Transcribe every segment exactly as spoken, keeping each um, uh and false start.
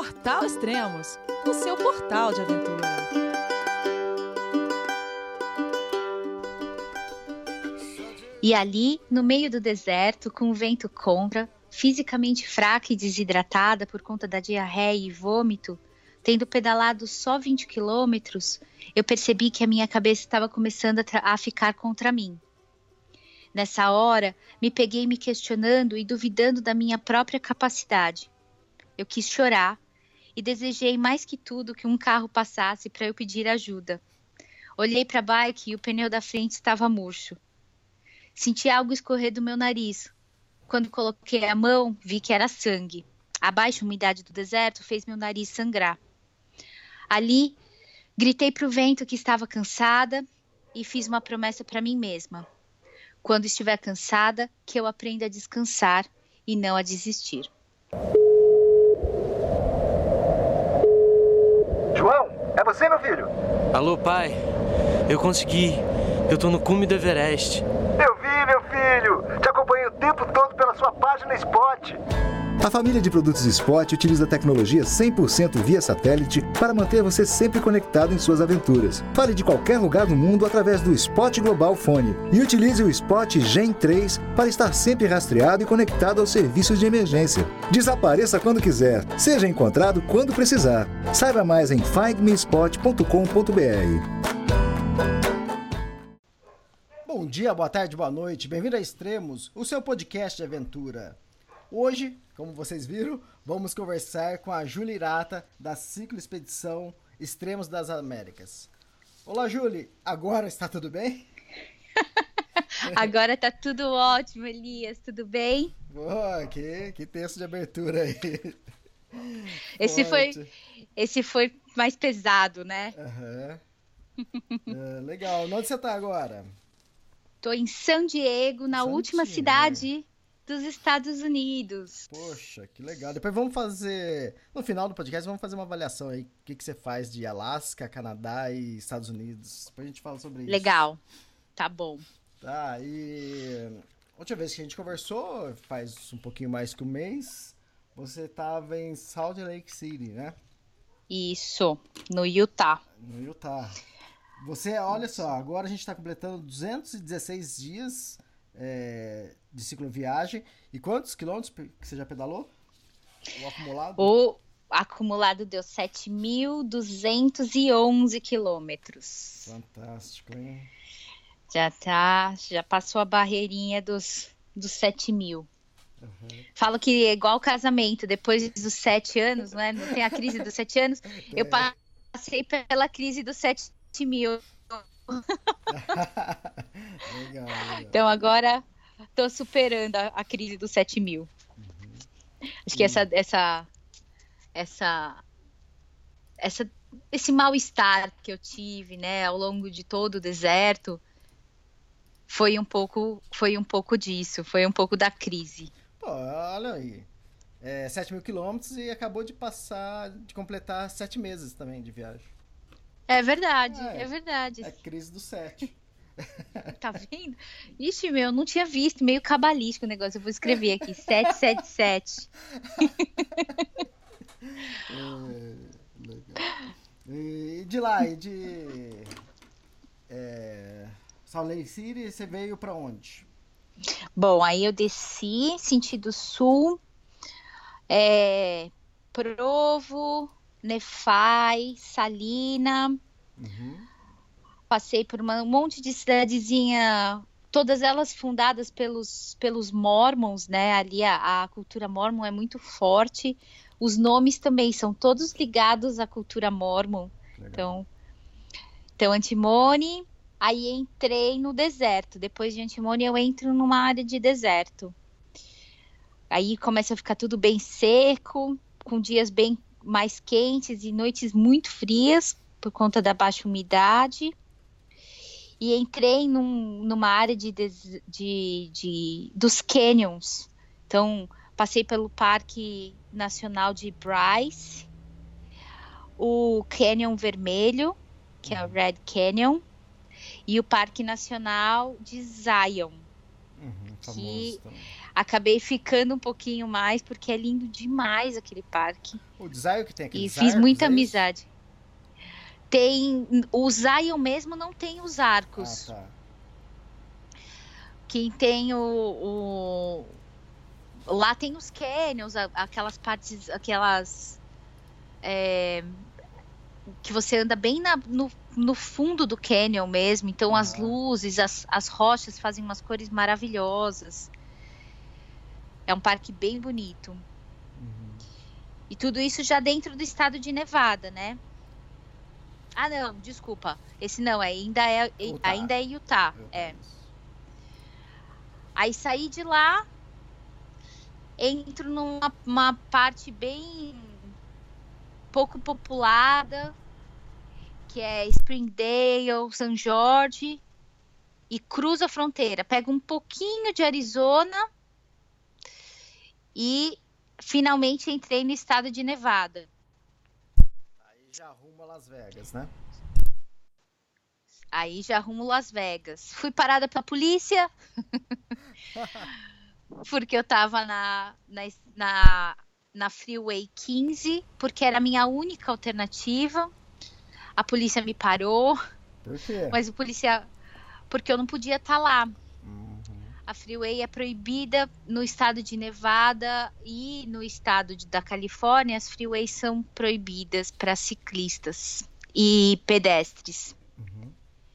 Portal Extremos, o seu portal de aventura. E ali, no meio do deserto, com o vento contra, fisicamente fraca e desidratada por conta da diarreia e vômito, tendo pedalado só vinte quilômetros, eu percebi que a minha cabeça estava começando a, a ficar contra mim. Nessa hora, me peguei me questionando e duvidando da minha própria capacidade. Eu quis chorar e desejei mais que tudo que um carro passasse para eu pedir ajuda. Olhei para a bike e o pneu da frente estava murcho. Senti algo escorrer do meu nariz. Quando coloquei a mão, vi que era sangue. A baixa umidade do deserto fez meu nariz sangrar. Ali, gritei para o vento que estava cansada e fiz uma promessa para mim mesma. Quando estiver cansada, que eu aprenda a descansar e não a desistir. João, é você, meu filho? Alô, pai. Eu consegui. Eu tô no cume do Everest. Eu vi, meu filho. Te acompanhei o tempo todo pela sua página Spot. A família de produtos Spot utiliza tecnologia cem por cento via satélite para manter você sempre conectado em suas aventuras. Fale de qualquer lugar do mundo através do Spot Global Fone e utilize o Spot Gen três para estar sempre rastreado e conectado aos serviços de emergência. Desapareça quando quiser, seja encontrado quando precisar. Saiba mais em find me spot ponto com ponto b r. Bom dia, boa tarde, boa noite. Bem-vindo a Extremos, o seu podcast de aventura. Hoje, como vocês viram, vamos conversar com a Júlia Hirata, da Ciclo Expedição Extremos das Américas. Olá, Júlia, agora está tudo bem? Agora tá tudo ótimo, Elias, tudo bem? Boa, que, que texto de abertura aí. Esse foi, esse foi mais pesado, né? Aham. Uhum. É, legal, onde você está agora? Tô em San Diego, na San última Diego. cidade dos Estados Unidos. Poxa, que legal. Depois vamos fazer, no final do podcast, vamos fazer uma avaliação aí. O que, que você faz de Alasca, Canadá e Estados Unidos. Depois a gente fala sobre isso. Legal, tá bom. Tá, e a última vez que a gente conversou, faz um pouquinho mais que um mês, você tava em Salt Lake City, né? Isso, no Utah. No Utah. Você, olha só, agora a gente tá completando duzentos e dezesseis dias é, de cicloviagem. E quantos quilômetros que você já pedalou? O acumulado? O acumulado deu sete mil duzentos e onze quilômetros. Fantástico, hein? Já tá, já passou a barreirinha dos, dos sete mil. Uhum. Falo que é igual casamento, depois dos sete anos, né? Não tem a crise dos sete anos. Eu passei pela crise dos sete mil. Legal, legal. Então agora tô superando a, a crise dos sete mil. Uhum. Acho que uhum. essa, essa, essa, essa, esse mal-estar que eu tive, né, ao longo de todo o deserto, foi um pouco, foi um pouco disso, foi um pouco da crise. Pô, olha aí, é, sete mil quilômetros e acabou de passar, de completar sete meses também de viagem. É verdade, é, é verdade. É a crise do sete. Tá vendo? Ixi, meu, eu não tinha visto, meio cabalístico o negócio. Eu vou escrever aqui, sete sete sete. É, legal. E de lá, e de é, Salt Lake City, você veio pra onde? Bom, aí eu desci, sentido sul, é, Provo, Nephi, Salina, uhum. Passei por uma, um monte de cidadezinha, todas elas fundadas pelos, pelos mormons, né? Ali a, a cultura mormon é muito forte, os nomes também são todos ligados à cultura mormon. Legal. Então, então Antimony, aí entrei no deserto, depois de Antimony eu entro numa área de deserto. Aí começa a ficar tudo bem seco, com dias bem mais quentes e noites muito frias por conta da baixa umidade. E entrei num, numa área de, de, de, dos canyons. Então, passei pelo Parque Nacional de Bryce, o Canyon Vermelho, que é o Red Canyon, e o Parque Nacional de Zion. Uhum, que acabei ficando um pouquinho mais, porque é lindo demais aquele parque. O Zion que tem aquele E fiz arcos, muita é isso? amizade. Tem, o Zion mesmo não tem os arcos. Ah, tá. Quem tem o, o... Lá tem os canyons, a- aquelas partes, aquelas... é, que você anda bem na- no, no fundo do canyon mesmo. Então as Ah. luzes, as, as rochas fazem umas cores maravilhosas. É um parque bem bonito. Uhum. E tudo isso já dentro do estado de Nevada, né? Ah, não, desculpa. Esse não, ainda é, Utah. ainda é Utah. Eu É. penso. Aí saí de lá, entro numa uma parte bem pouco populada, que é Springdale, São Jorge, e cruzo a fronteira. Pego um pouquinho de Arizona e finalmente entrei no estado de Nevada. Aí já arruma Las Vegas, né? Aí já rumo Las Vegas. Fui parada pela polícia, porque eu tava na, na, na, na Freeway quinze, porque era a minha única alternativa. A polícia me parou, Por quê? mas o policial... Porque eu não podia estar lá. Uhum. A Freeway é proibida no estado de Nevada e no estado de- da Califórnia. As freeways são proibidas para ciclistas e pedestres. Uhum.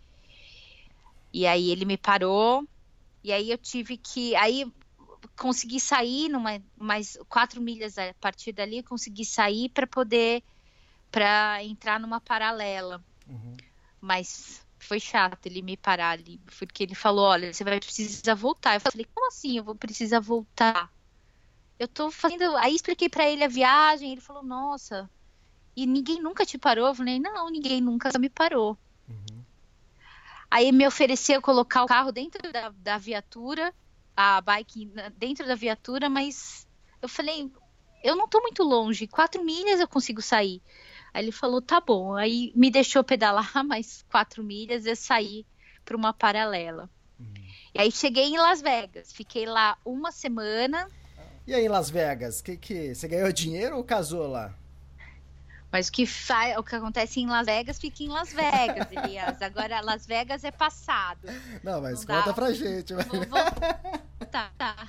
E aí ele me parou, e aí eu tive que... Aí consegui sair, numa, mais quatro milhas a partir dali, eu consegui sair para poder... para entrar numa paralela. Uhum. Mas foi chato ele me parar ali, porque ele falou, olha, você vai precisar voltar. Eu falei, como assim eu vou precisar voltar? Eu tô fazendo... Aí expliquei pra ele a viagem, ele falou, nossa, e ninguém nunca te parou? Eu falei, não, ninguém nunca me parou. Uhum. Aí me ofereceu colocar o carro dentro da, da viatura, a bike na- dentro da viatura, mas eu falei, eu não tô muito longe, quatro milhas eu consigo sair. Aí ele falou, tá bom. Aí me deixou pedalar mais quatro milhas e eu saí para uma paralela. Uhum. E aí cheguei em Las Vegas, fiquei lá uma semana, E aí, em Las Vegas, que que você ganhou dinheiro ou casou lá? mas o que, fa... o que acontece em Las Vegas fica em Las Vegas, Elias. Agora Las Vegas é passado. Não, mas Não dá. conta pra gente. Mas... Vou, vou... Tá, tá.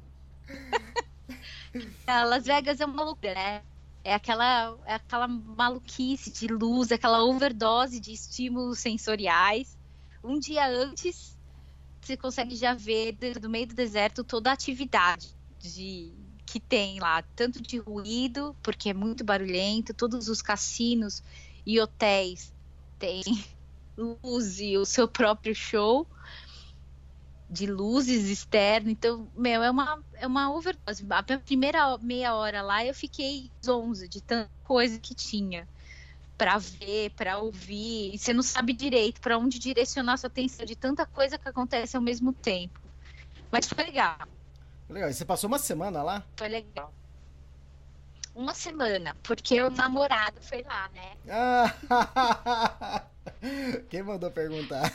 Ah, Las Vegas é uma loucura, né? É aquela, é aquela maluquice de luz, aquela overdose de estímulos sensoriais. Um dia antes, você consegue já ver do meio do deserto toda a atividade de, que tem lá, tanto de ruído, porque é muito barulhento, todos os cassinos e hotéis têm luz e o seu próprio show de luzes externas. Então, meu, é uma, é uma overdose. A primeira meia hora lá eu fiquei zonza de tanta coisa que tinha para ver, para ouvir, e você não sabe direito para onde direcionar sua atenção de tanta coisa que acontece ao mesmo tempo. Mas foi legal, Legal, e você passou uma semana lá? foi legal. Uma semana, porque o namorado foi lá, né? Ah, quem mandou perguntar?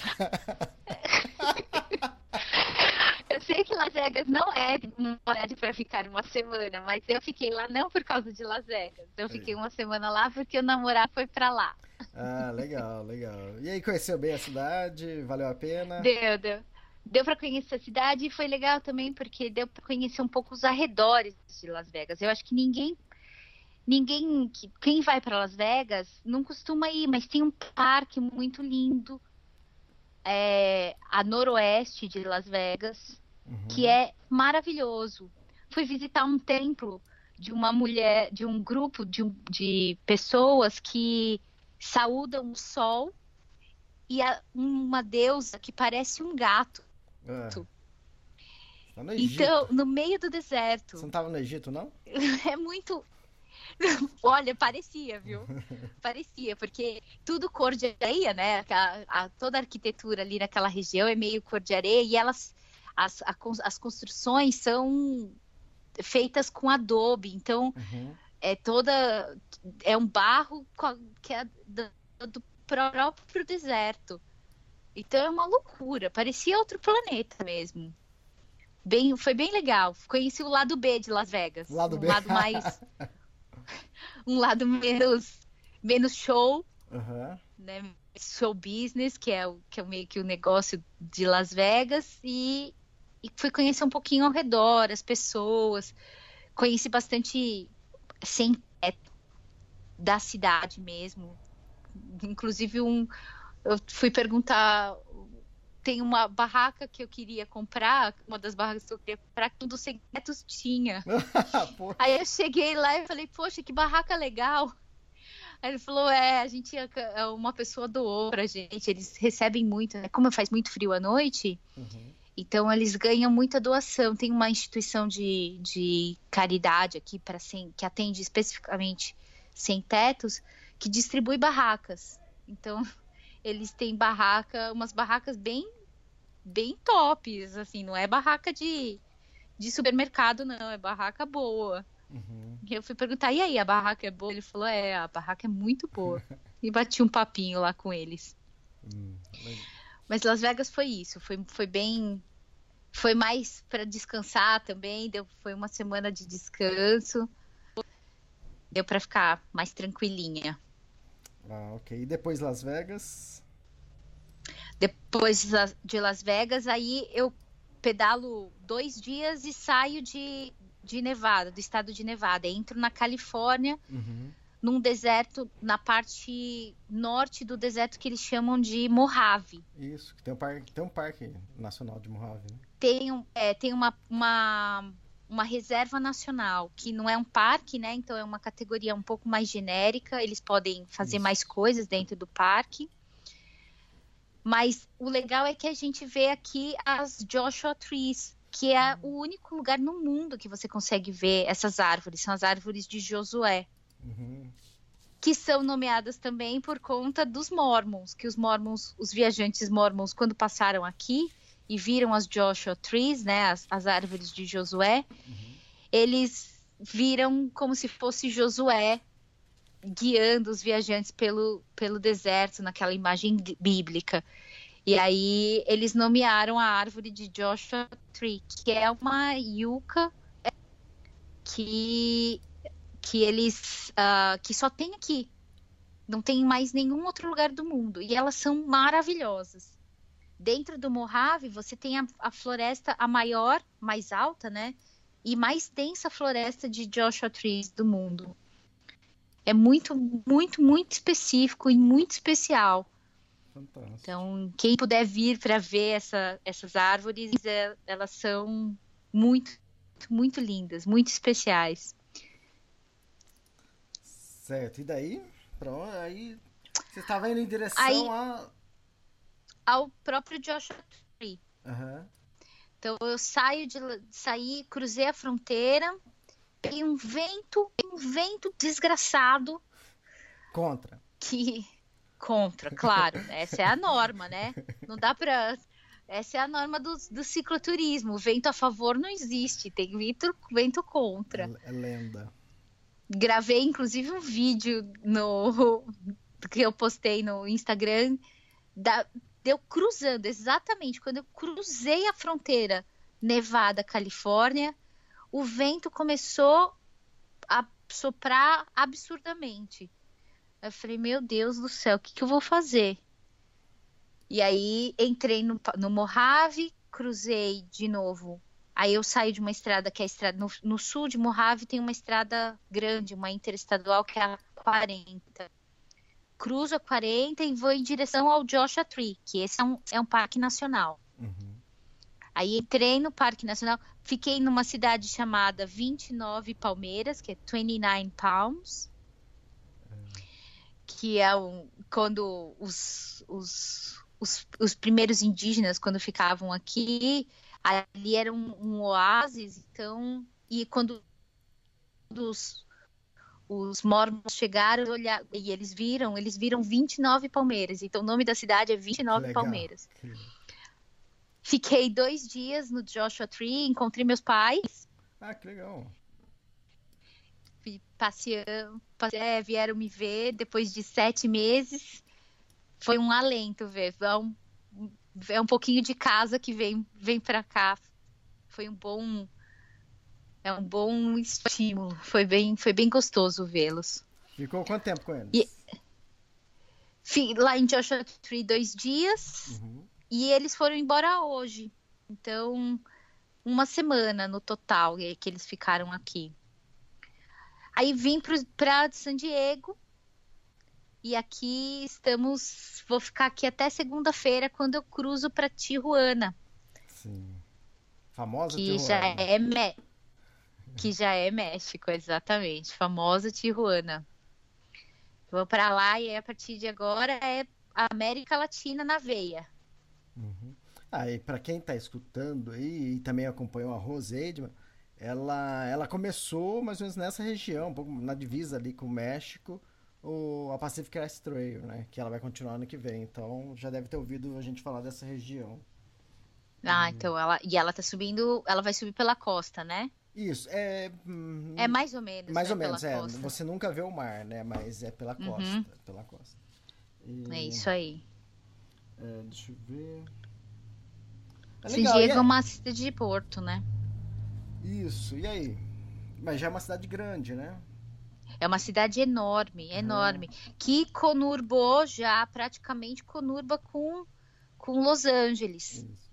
Eu sei que Las Vegas não é um horário para ficar uma semana, mas eu fiquei lá não por causa de Las Vegas. Eu fiquei uma semana lá porque o namorado foi para lá. Ah, legal, legal. E aí, conheceu bem a cidade? Valeu a pena? Deu, deu. Deu para conhecer a cidade e foi legal também porque deu para conhecer um pouco os arredores de Las Vegas. Eu acho que ninguém, ninguém, que- quem vai para Las Vegas não costuma ir, mas tem um parque muito lindo, é, a noroeste de Las Vegas, Uhum. que é maravilhoso. Fui visitar um templo de uma mulher, de um grupo de, um- de pessoas que saúdam o sol e a- uma deusa que parece um gato. Ah. Tá no Egito. Então, no meio do Você deserto. não tava no Egito, não? É muito. Olha, parecia, viu? Parecia, porque tudo cor de areia, né? A, a- toda a arquitetura ali naquela região é meio cor de areia e elas, as, a cons- as construções são feitas com adobe, então Uhum. é toda é um barro co- que é do, do próprio deserto. Então é uma loucura, parecia outro planeta mesmo. bem, foi bem legal. Conheci o lado B de Las Vegas. Lado um B. lado mais... um lado menos, menos show, Uhum. né? Show business, que é, o, que é meio que o negócio de Las Vegas. E, e fui conhecer um pouquinho ao redor, as pessoas. Conheci bastante sem teto da cidade mesmo. Inclusive, um, eu fui perguntar... Tem uma barraca que eu queria comprar, uma das barracas que eu queria comprar, que um dos sem tetos tinha. Aí eu cheguei lá e falei, poxa, que barraca legal. Aí ele falou, é, a gente, uma pessoa doou pra gente, eles recebem muito, né? Como faz muito frio à noite, uhum. Então eles ganham muita doação. Tem uma instituição de, de caridade aqui, pra sem, que atende especificamente sem tetos, que distribui barracas. Então... Eles têm barraca, umas barracas bem, bem tops, assim, não é barraca de, de supermercado, não, é barraca boa. Uhum. Eu fui perguntar, e aí, a barraca é boa? Ele falou, é, a barraca é muito boa. E bati um papinho lá com eles. Hum, mas... mas Las Vegas foi isso, foi, foi bem... Foi mais para descansar também, deu, foi uma semana de descanso. Deu para ficar mais tranquilinha. Ah, ok. E depois Las Vegas? Depois de Las Vegas, aí eu pedalo dois dias e saio de, de Nevada, do estado de Nevada. Entro na Califórnia, uhum. num deserto, na parte norte do deserto que eles chamam de Mojave. Isso, que tem um parque, tem um parque nacional de Mojave, né? Tem, um, é, tem uma... uma uma reserva nacional, que não é um parque, né? Então é uma categoria um pouco mais genérica, eles podem fazer Isso. mais coisas dentro do parque. Mas o legal é que a gente vê aqui as Joshua Trees, que é uhum. o único lugar no mundo que você consegue ver essas árvores, são as árvores de Josué. Uhum. Que são nomeadas também por conta dos Mormons, que os Mormons, os viajantes Mormons, quando passaram aqui, e viram as Joshua Trees, né, as, as árvores de Josué, uhum. eles viram como se fosse Josué guiando os viajantes pelo, pelo deserto, naquela imagem bíblica. E aí eles nomearam a árvore de Joshua Tree, que é uma yucca que, que eles uh, que só tem aqui. Não tem em mais nenhum outro lugar do mundo. E elas são maravilhosas. Dentro do Mojave, você tem a, a floresta, a maior, mais alta, né? E mais densa floresta de Joshua Trees do mundo. É muito, muito, muito específico e muito especial. Fantástico. Então, quem puder vir para ver essa, essas árvores, é, elas são muito, muito lindas, muito especiais. Certo, e daí? Pronto, aí você estava indo em direção aí, a... ao próprio Joshua Tree. Uhum. Então eu saio de saí, cruzei a fronteira, peguei um vento, um vento desgraçado. Contra. Que contra, claro, essa é a norma, né? Não dá pra. Essa é a norma do, do cicloturismo. O vento a favor não existe, tem vento, vento contra. É, é lenda. Gravei inclusive um vídeo no que eu postei no Instagram da Deu cruzando, exatamente, quando eu cruzei a fronteira Nevada-Califórnia, o vento começou a soprar absurdamente. Eu falei, meu Deus do céu, o que, que eu vou fazer? E aí entrei no, no Mojave, cruzei de novo. Aí eu saí de uma estrada que é a estrada no, no sul de Mojave tem uma estrada grande, uma interestadual que é a quarenta. Cruzo a quarenta e vou em direção ao Joshua Tree, que esse é um, é um parque nacional. Uhum. Aí entrei no Parque Nacional, fiquei numa cidade chamada vinte e nove Palmeiras, que é vinte e nove Palms, uhum. que é um, quando os, os, os, os primeiros indígenas, quando ficavam aqui, ali era um, um oásis, então, e quando os os Mormons chegaram olhar, e eles viram, eles viram vinte e nove Palmeiras. Então o nome da cidade é vinte e nove Legal. Palmeiras. Fiquei dois dias no Joshua Tree, encontrei meus pais. Ah, que legal. Passeando, passe... é, vieram me ver depois de sete meses. Foi um alento ver. É um, é um pouquinho de casa que vem, vem pra cá foi um bom, é um bom estímulo. Foi bem, foi bem gostoso vê-los. Ficou quanto tempo com eles? E, lá em Joshua Tree, dois dias. Uhum. E eles foram embora hoje. Então, uma semana no total que eles ficaram aqui. Aí vim para San Diego. E aqui estamos... Vou ficar aqui até segunda-feira, quando eu cruzo para Tijuana. Sim. Famosa que Tijuana. Já é me... Que já é México, exatamente. Famosa Tijuana. Vou para lá e a partir de agora é América Latina na veia. Uhum. Ah, e para quem está escutando aí e também acompanhou a Rose Eidman, ela, ela começou mais ou menos nessa região, um pouco na divisa ali com o México, o, a Pacific Crest Trail, né? Que ela vai continuar ano que vem. Então já deve ter ouvido a gente falar dessa região. Ah, então ela. E ela tá subindo. Ela vai subir pela costa, né? Isso, é. Hum, É mais ou menos. mais né, ou menos, pela é. costa. Você nunca vê o mar, né? Mas é pela costa. Uhum. Pela costa. E, É isso aí. é, deixa eu ver. É San legal, Diego e é uma cidade de porto, né? Isso, e aí? Mas já é uma cidade grande, né? É uma cidade enorme, enorme. Que conurbou já, praticamente conurba com, com Los Angeles. Isso.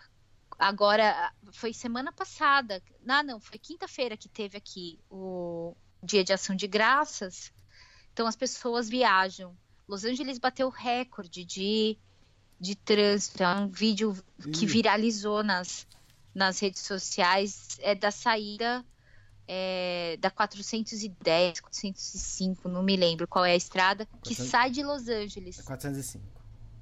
Agora, foi semana passada, não, não, foi quinta-feira que teve aqui o Dia de Ação de Graças. Então as pessoas viajam. Los Angeles bateu recorde de, de trânsito. É um vídeo que Ih. viralizou nas, nas redes sociais, é da saída é, da quatrocentos e dez, quatrocentos e cinco, não me lembro qual é a estrada, que quatrocentos sai de Los Angeles. quatrocentos e cinco.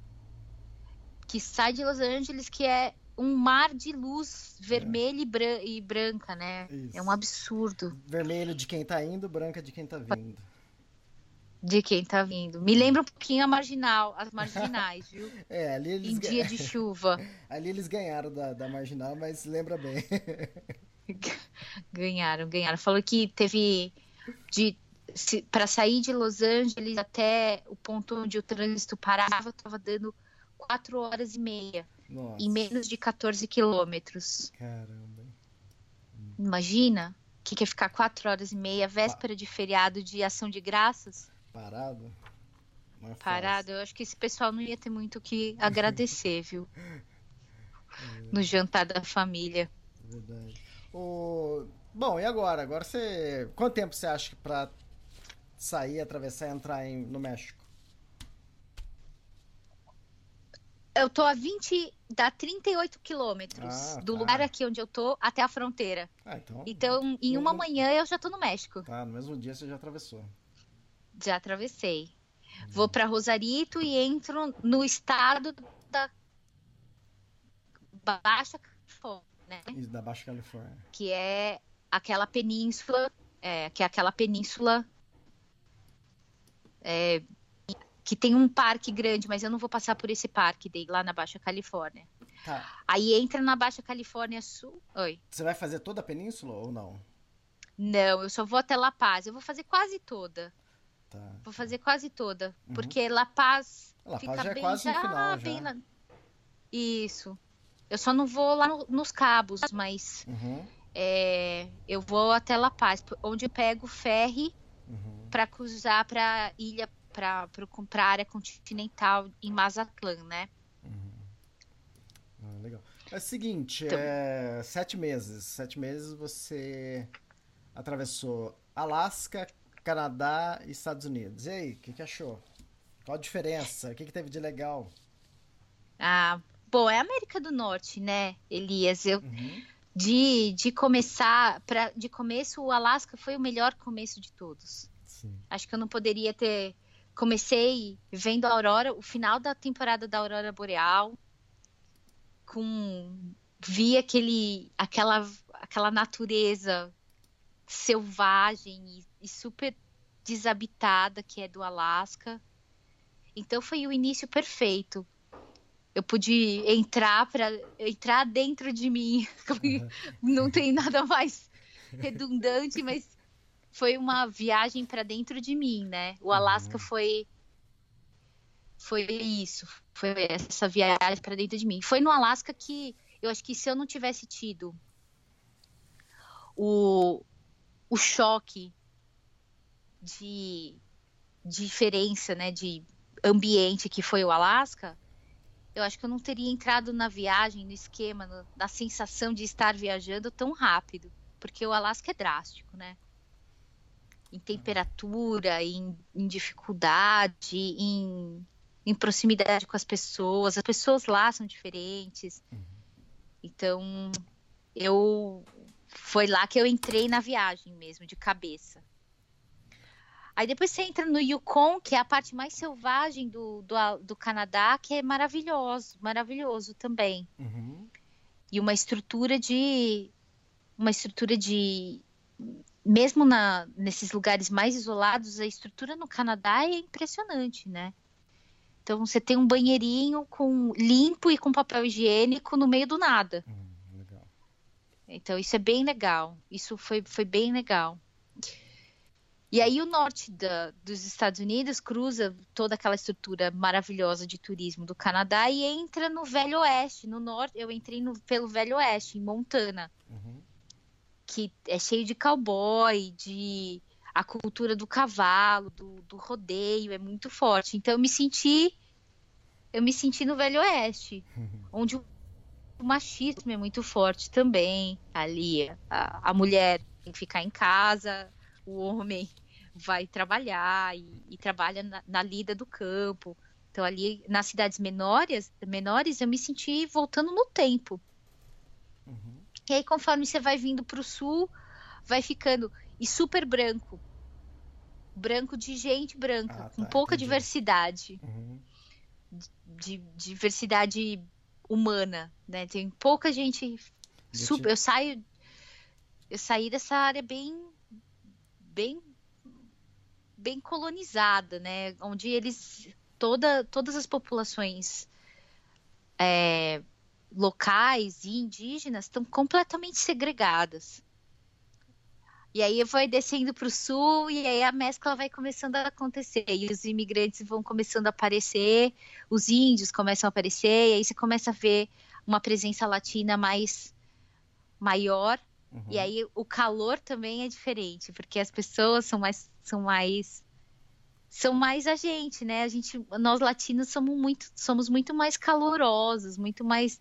Que sai de Los Angeles, que é um mar de luz vermelha e, bran- e branca, né? Isso. É um absurdo Vermelho de quem tá indo, branca de quem tá vindo. de quem tá vindo. Me lembra um pouquinho a marginal, as marginais, viu? É, ali eles, Em ga- dia de chuva. ali eles ganharam da, da marginal, mas lembra bem. Ganharam, ganharam. Falou que teve de para sair de Los Angeles até o ponto onde o trânsito parava, tava dando quatro horas e meia. Nossa. Em menos de quatorze quilômetros. Caramba. Imagina o que, que é ficar quatro horas e meia, véspera de feriado de Ação de Graças, Parado? Não é fácil. parado. Eu acho que esse pessoal não ia ter muito o que agradecer, viu? No jantar da família. Verdade. O... Bom, e agora? Agora você. Quanto tempo você acha que pra sair, atravessar e entrar em... no México? Eu tô a vinte, dá trinta e oito quilômetros Ah, do tá. lugar aqui onde eu tô até a fronteira. Ah, então. Então, em uma no- manhã eu já tô no México. Tá, no mesmo dia você já atravessou. Já atravessei. Vou para Rosarito e entro no estado da Baixa Califórnia, né? Isso, da Baixa Califórnia. Que é aquela península, é, que é aquela península é, que tem um parque grande, mas eu não vou passar por esse parque daí, lá na Baixa Califórnia. Tá. Aí entra na Baixa Califórnia Sul. Oi. Você vai fazer toda a península ou não? Não, eu só vou até La Paz. Eu vou fazer quase toda. Tá. Vou fazer quase toda. Uhum. Porque La Paz La fica Paz já é bem quase no já, final, bem já. lá. Isso. Eu só não vou lá no- nos Cabos, mas Uhum. é, eu vou até La Paz, onde eu pego ferry Uhum. para cruzar para ilha, para a área continental em Mazatlan, né? Ah, legal. É o seguinte, Então- é, sete meses. Sete meses você atravessou Alasca, Canadá e Estados Unidos. E aí, o que, que achou? Qual a diferença? O que, que teve de legal? Ah, bom, é América do Norte, né, Elias? Eu, Uhum. de, de começar, pra, de começo, o Alasca foi o melhor começo de todos. Sim. Acho que eu não poderia ter. Comecei vendo a aurora, o final da temporada da aurora boreal, com vi aquele, aquela, aquela natureza selvagem e, e super desabitada que é do Alasca. Então foi o início perfeito. Eu pude entrar para entrar dentro de mim. Não tem nada mais redundante, mas foi uma viagem para dentro de mim, né? O Alasca foi foi isso, foi essa viagem para dentro de mim. Foi no Alasca que eu acho que se eu não tivesse tido o, o choque de, de diferença, né, de ambiente que foi o Alasca, eu acho que eu não teria entrado na viagem, no esquema, no, na sensação de estar viajando tão rápido, porque o Alasca é drástico, né? Em temperatura, em, em dificuldade, em, em proximidade com as pessoas. As pessoas lá são diferentes. Uhum. Então, eu foi lá que eu entrei na viagem mesmo, de cabeça. Aí depois você entra no Yukon, que é a parte mais selvagem do, do, do Canadá, que é maravilhoso, maravilhoso também. Uhum. E uma estrutura de... Uma estrutura de... Mesmo na, nesses lugares mais isolados, a estrutura no Canadá é impressionante, né? Então, você tem um banheirinho com, limpo e com papel higiênico no meio do nada. Hum, legal. Então, isso é bem legal. Isso foi, foi bem legal. E aí, o norte da, dos Estados Unidos cruza toda aquela estrutura maravilhosa de turismo do Canadá e entra no Velho Oeste. No norte, eu entrei no, pelo Velho Oeste, em Montana. Uhum. Que é cheio de cowboy, de a cultura do cavalo, do, do rodeio, é muito forte. Então eu me senti, eu me senti no Velho Oeste, uhum. onde o, o machismo é muito forte também. Ali a, a mulher tem que ficar em casa, o homem vai trabalhar e, e trabalha na, na lida do campo. Então ali nas cidades menores, menores eu me senti voltando no tempo. Uhum. E aí, conforme você vai vindo para o sul, vai ficando... E super branco. Branco de gente branca. Ah, tá, com pouca entendi. diversidade. Uhum. De, de diversidade humana, né? Tem pouca gente... Super, eu saio... Eu saí dessa área bem... Bem... Bem colonizada, né? Onde eles... Toda, todas as populações... É, locais e indígenas estão completamente segregadas. E aí vai descendo para o sul e aí a mescla vai começando a acontecer. E os imigrantes vão começando a aparecer, os índios começam a aparecer, e aí você começa a ver uma presença latina mais maior. Uhum. E aí o calor também é diferente, porque as pessoas são mais são mais são mais a gente, né? A gente, nós latinos somos muito somos muito mais calorosos, muito mais...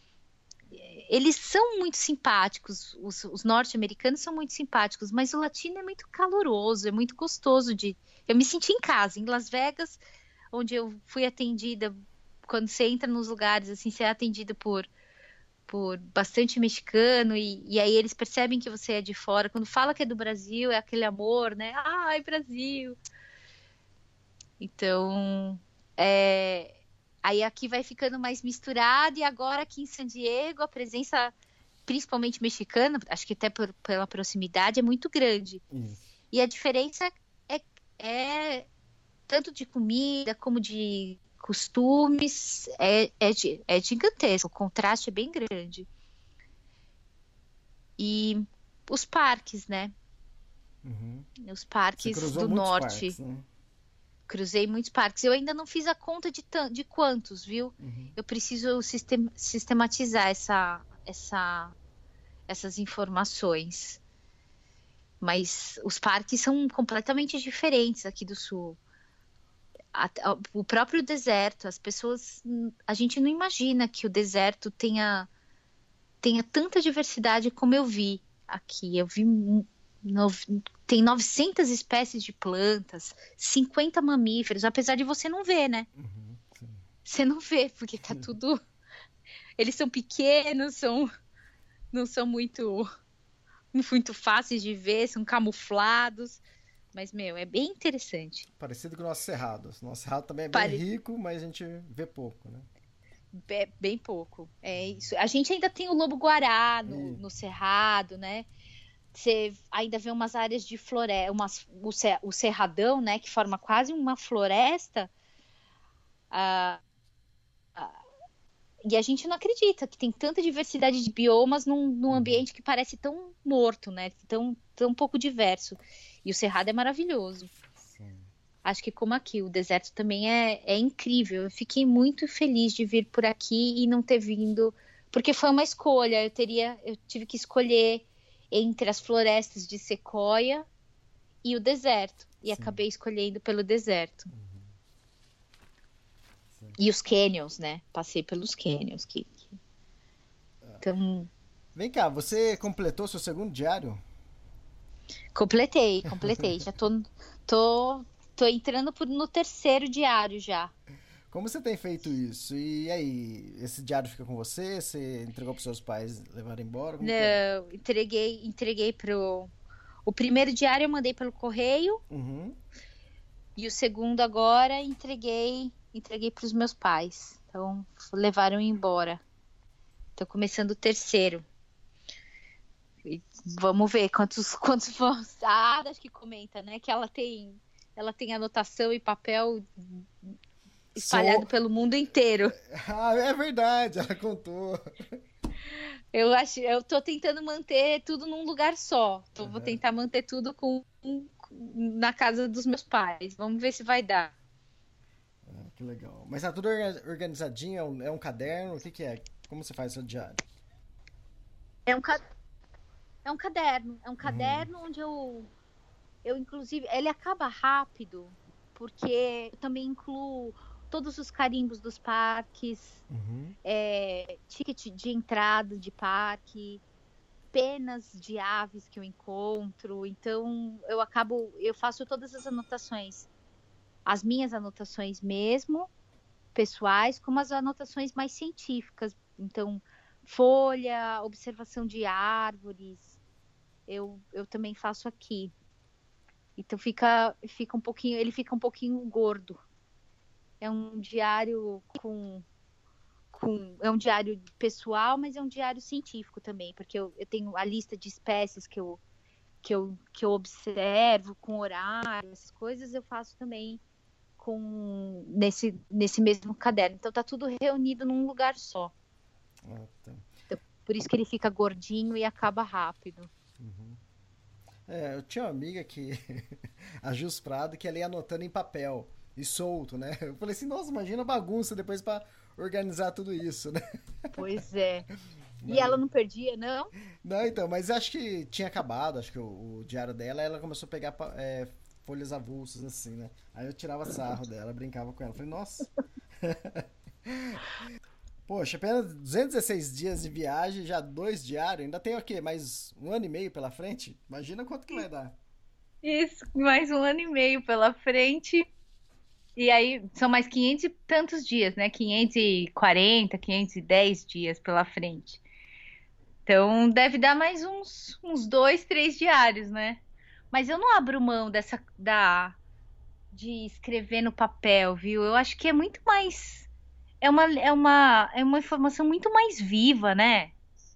Eles são muito simpáticos, os, os norte-americanos são muito simpáticos, mas o latino é muito caloroso, é muito gostoso de... Eu me senti em casa, em Las Vegas, onde eu fui atendida, quando você entra nos lugares, assim, você é atendida por, por bastante mexicano, e, e aí eles percebem que você é de fora. Quando fala que é do Brasil, é aquele amor, né? Ai, Brasil! Então, é... Aí aqui vai ficando mais misturado, e agora aqui em San Diego a presença, principalmente mexicana, acho que até por, pela proximidade, é muito grande. Isso. E a diferença é, é tanto de comida como de costumes, é, é, é gigantesco, o contraste é bem grande. E os parques, né? Uhum. Os parques do norte. Parques, né? Cruzei muitos parques. Eu ainda não fiz a conta de, de quantos, viu? Uhum. Eu preciso sistem sistematizar essa, essa, essas informações. Mas os parques são completamente diferentes aqui do sul. A, a, o próprio deserto, as pessoas... A gente não imagina que o deserto tenha, tenha tanta diversidade como eu vi aqui. Eu vi... No, tem novecentas espécies de plantas, cinquenta mamíferos, apesar de você não ver, né? Uhum, você não vê, porque tá tudo... Eles são pequenos, são... não são muito, muito fáceis de ver, são camuflados. Mas, meu, é bem interessante. Parecido com o nosso Cerrado. O nosso Cerrado também é bem Pare... rico, mas a gente vê pouco, né? Be bem pouco. É isso. A gente ainda tem o lobo-guará no, no Cerrado, né? Você ainda vê umas áreas de floresta, umas, o, o cerradão, né, que forma quase uma floresta, ah, ah, e a gente não acredita que tem tanta diversidade de biomas num, num ambiente que parece tão morto, né, tão, tão pouco diverso. E o Cerrado é maravilhoso. Sim. Acho que como aqui, o deserto também é, é incrível. Eu fiquei muito feliz de vir por aqui e não ter vindo, porque foi uma escolha. Eu teria, eu tive que escolher entre as florestas de sequoia e o deserto. E Sim. acabei escolhendo pelo deserto. Sim. E os canyons, né? Passei pelos canyons. Que, que... Então, Vem cá, você completou seu segundo diário? completei, completei. Já tô, tô, tô entrando por- no terceiro diário já. Como você tem feito isso? E aí, esse diário fica com você? Você entregou para seus pais levarem embora? Como que é? Não, entreguei, entreguei pro... O primeiro diário eu mandei pelo correio Uhum. e o segundo agora entreguei, entreguei pros meus pais. Então, levaram embora. Tô começando o terceiro. E vamos ver quantos, quantos vão. A Ada acho que comenta, né? Que ela tem, ela tem anotação e papel espalhado Só- pelo mundo inteiro. Ah, é verdade, ela contou. Eu acho, eu tô tentando manter tudo num lugar só. Então, vou Uhum. tentar manter tudo com, na casa dos meus pais. Vamos ver se vai dar. Ah, que legal. Mas tá tudo orga- organizadinho? É um, é um caderno? O que que é? Como você faz seu diário? É um, ca- é um caderno. É um caderno onde eu, eu, inclusive, ele acaba rápido, porque eu também incluo todos os carimbos dos parques, Uhum. é, ticket de entrada de parque, penas de aves que eu encontro. Então, eu acabo, eu faço todas as anotações, as minhas anotações mesmo, pessoais, como as anotações mais científicas. Então, folha, observação de árvores, eu, eu também faço aqui. Então fica, fica um pouquinho, ele fica um pouquinho gordo. É um diário com, com é um diário pessoal, mas é um diário científico também, porque eu, eu tenho a lista de espécies que eu, que eu, que eu observo, com horário, essas coisas eu faço também com nesse, nesse mesmo caderno. Então tá tudo reunido num lugar só. Ah, tá. Por isso que ele fica gordinho e acaba rápido. É, eu tinha uma amiga que, a Jus Prado, que ela ia anotando em papel e solto, né? Eu falei assim, nossa, imagina a bagunça depois pra organizar tudo isso, né? Pois é. Mas- E ela não perdia, não? Não, então, mas acho que tinha acabado, acho que o, o diário dela, ela começou a pegar pa- é, folhas avulsas, assim, né? Aí eu tirava sarro dela, brincava com ela. Falei, nossa. Poxa, apenas duzentos e dezesseis dias de viagem, já dois diários, ainda tem o quê? Mais um ano e meio pela frente? Imagina quanto que vai dar. Isso, mais um ano e meio pela frente. E aí são mais quinhentos e tantos dias, né? quinhentos e quarenta, quinhentos e dez dias pela frente. Então deve dar mais uns, uns dois, três diários, né? Mas eu não abro mão dessa da de escrever no papel, viu? Eu acho que é muito mais é uma é uma é uma informação muito mais viva, né?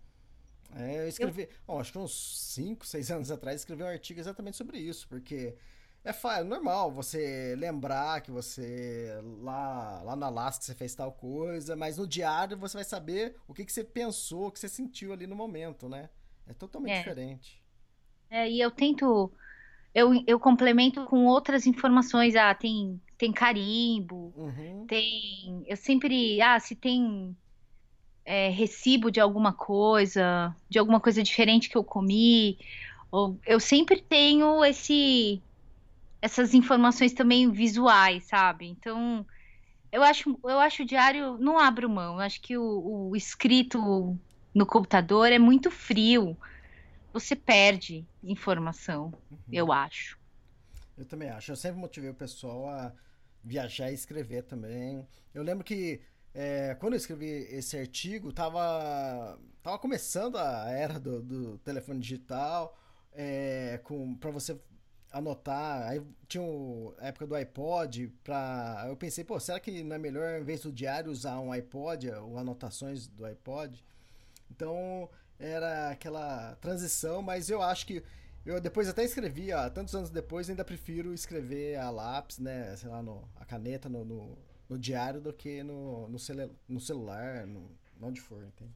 É, eu escrevi, bom, acho que uns cinco, seis anos atrás, escrevi um artigo exatamente sobre isso, porque é, fa- é normal você lembrar que você lá, lá na Alasca você fez tal coisa, mas no diário você vai saber o que, que você pensou, o que você sentiu ali no momento, né? É totalmente É. diferente. É, e eu tento eu, eu complemento com outras informações. Ah, tem tem carimbo, Uhum. tem eu sempre ah, se tem é, recibo de alguma coisa, de alguma coisa diferente que eu comi, ou- eu sempre tenho esse essas informações também visuais, sabe? Então, eu acho, eu acho o diário, não abro mão. Eu acho que o, o escrito no computador é muito frio. Você perde informação, eu acho. Eu também acho. Eu sempre motivei o pessoal a viajar e escrever também. Eu lembro que é, quando eu escrevi esse artigo, tava, tava começando a era do, do telefone digital, é, com, pra você anotar. Aí tinha o- a época do iPod. Pra, eu pensei, pô, será que não é melhor, em vez do diário, usar um iPod, ou anotações do iPod? Então era aquela transição, mas eu acho que eu depois até escrevi, ó, tantos anos depois, ainda prefiro escrever a lápis, né? Sei lá, no, a caneta no, no, no diário do que no, no, celu, no celular, no, onde for, entende?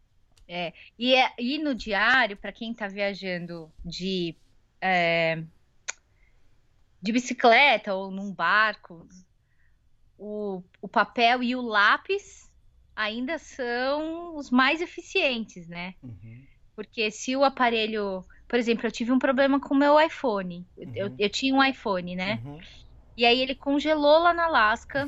É, e, é, e no diário, para quem está viajando de, é, de bicicleta ou num barco, o, o papel e o lápis ainda são os mais eficientes, né? Uhum. Porque se o aparelho... Por exemplo, eu tive um problema com o meu iPhone. Uhum. Eu, eu tinha um iPhone, né? Uhum. E aí ele congelou lá na Alasca.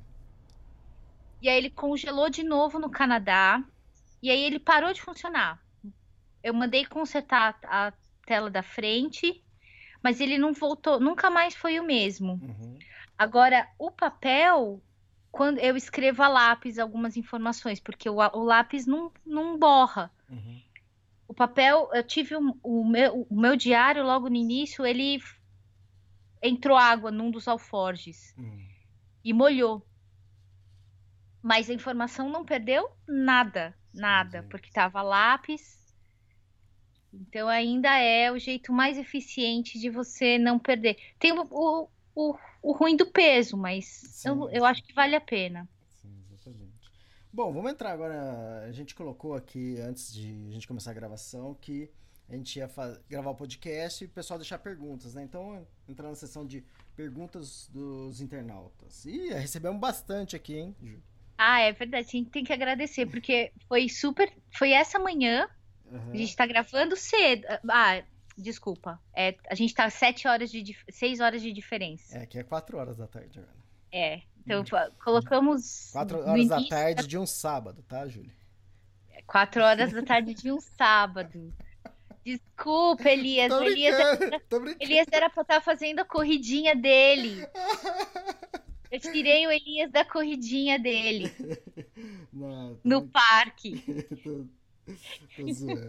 E aí ele congelou de novo no Canadá. E aí ele parou de funcionar. Eu mandei consertar a tela da frente, mas ele não voltou, nunca mais foi o mesmo. Uhum. Agora, o papel, quando eu escrevo a lápis algumas informações, porque o, o lápis não, não borra. Uhum. O papel, eu tive um- o, meu, o meu diário logo no início, ele entrou água num dos alforjes Uhum. e molhou. Mas a informação não perdeu nada, nada, Entendi. porque tava lápis. Então ainda é o jeito mais eficiente de você não perder. Tem o, o, o, o ruim do peso, mas Sim, eu, eu sim. acho que vale a pena. Sim, exatamente. Bom, vamos entrar agora. A gente colocou aqui, antes de a gente começar a gravação, que a gente ia fa- gravar o podcast e o pessoal deixar perguntas, né? Então, entrar na sessão de perguntas dos internautas. E recebemos bastante aqui, hein, Ju? Ah, é verdade, a gente tem que agradecer, porque foi super. Foi essa manhã, Aham. a gente tá gravando cedo. Ah, desculpa. É, a gente tá sete horas de. dif- seis horas de diferença. É, aqui é quatro horas da tarde agora. É. Então, fa- colocamos. quatro no horas da início tarde de um sábado, tá, Júlia? Quatro horas da tarde de um sábado. Desculpa, Elias. Tô O Elias, é- brincando, tô brincando. Elias era pra estar fazendo a corridinha dele. Eu tirei o Elias da corridinha dele Não, tô no brin- parque. tô, tô zoando.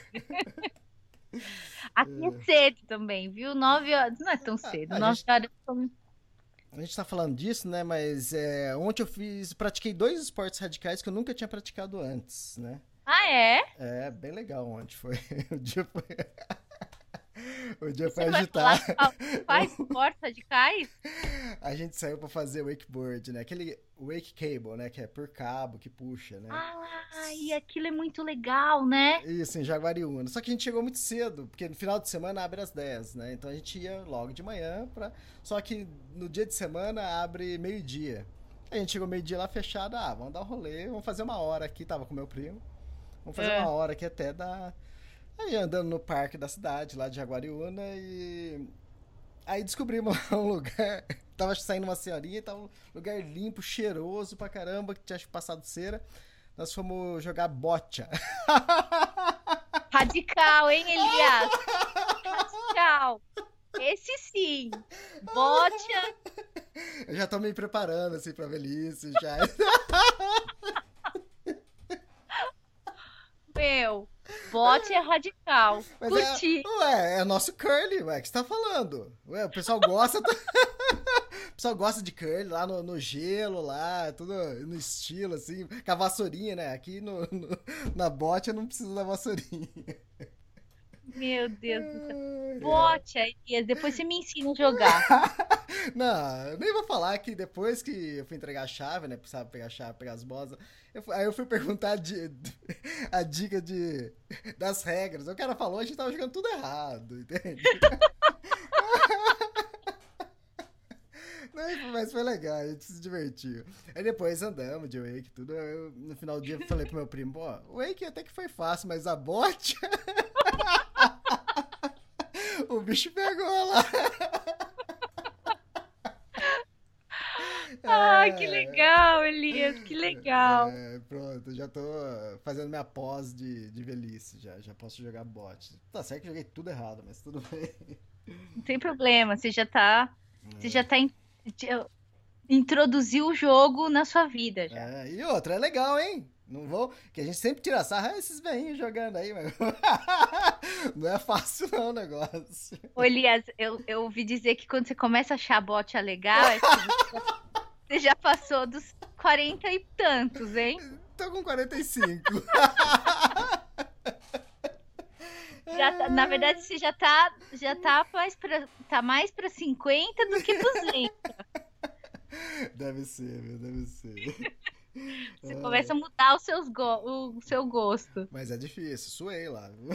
Aqui é cedo também, viu? Nove horas. Não é tão cedo. a Nove gente- horas. são- A gente tá falando disso, né? Mas é, ontem eu fiz, pratiquei dois esportes radicais que eu nunca tinha praticado antes, né? Ah, é? É, bem legal ontem. Foi, o dia foi, o dia foi Você vai falar agitado. qual- quais esportes radicais? A gente saiu pra fazer wakeboard, né? Aquele wake cable, né? Que é por cabo, que puxa, né? Ah, e aquilo é muito legal, né? Isso, em Jaguariúna. Só que a gente chegou muito cedo, porque no final de semana abre às dez, né? Então a gente ia logo de manhã pra... Só que no dia de semana abre meio-dia. A gente chegou meio-dia lá fechado, ah, vamos dar um rolê, vamos fazer uma hora aqui, tava com meu primo. Vamos fazer É. uma hora aqui até da... Aí andando no parque da cidade, lá de Jaguariúna, e... Aí descobrimos um lugar, tava saindo uma senhorinha, tava um lugar limpo, cheiroso pra caramba, que tinha passado cera. Nós fomos jogar bocha. Radical, hein, Elias? Radical. Esse sim. Bocha. Eu já tô me preparando, assim, pra velhice, já. Meu, bote é radical. Mas Curti. é, ué, é nosso curly, ué, que você tá falando? Ué, o pessoal gosta... do- o pessoal gosta de curly lá no, no gelo, lá, tudo no estilo, assim, com a vassourinha, né? Aqui no, no- na bote eu não preciso da vassourinha. Meu Deus do céu. Ai, Bote, Elias. Depois você me ensina a jogar. Não, eu nem vou falar que depois que eu fui entregar a chave, né? Precisava pegar a chave, pegar as bolas. eu fui- aí eu fui perguntar a, di- a dica de, das regras. O cara falou, a gente tava jogando tudo errado, entende? Não, mas foi legal, a gente se divertiu. Aí depois andamos de wake, tudo. Eu, no final do dia eu falei pro meu primo, pô, o wake até que foi fácil, mas a bote. O bicho pegou lá. Ai, que legal, Elias. Que legal. É, pronto, eu já tô fazendo minha pós de, de velhice, já, já posso jogar bot. Tá certo que eu joguei tudo errado, mas tudo bem. Não tem problema. Você já tá. Você já tá. in- te- Introduziu o jogo na sua vida já. É, e outra, é legal, hein? Não vou. Que a gente sempre tira sarra, ah, esses velhinhos jogando aí, mas. Não é fácil, não, o negócio. Ô, Elias, eu, eu ouvi dizer que quando você começa a achar bote legal, é que você, você já passou dos quarenta e tantos, hein? Tô com quarenta e cinco. Já tá- na verdade, você já tá, já tá mais pra, tá mais pra cinquenta do que duzentos. Deve ser, viu? Deve ser. Você Ah, começa a mudar os seus go- o seu gosto. Mas é difícil, suei lá. Viu?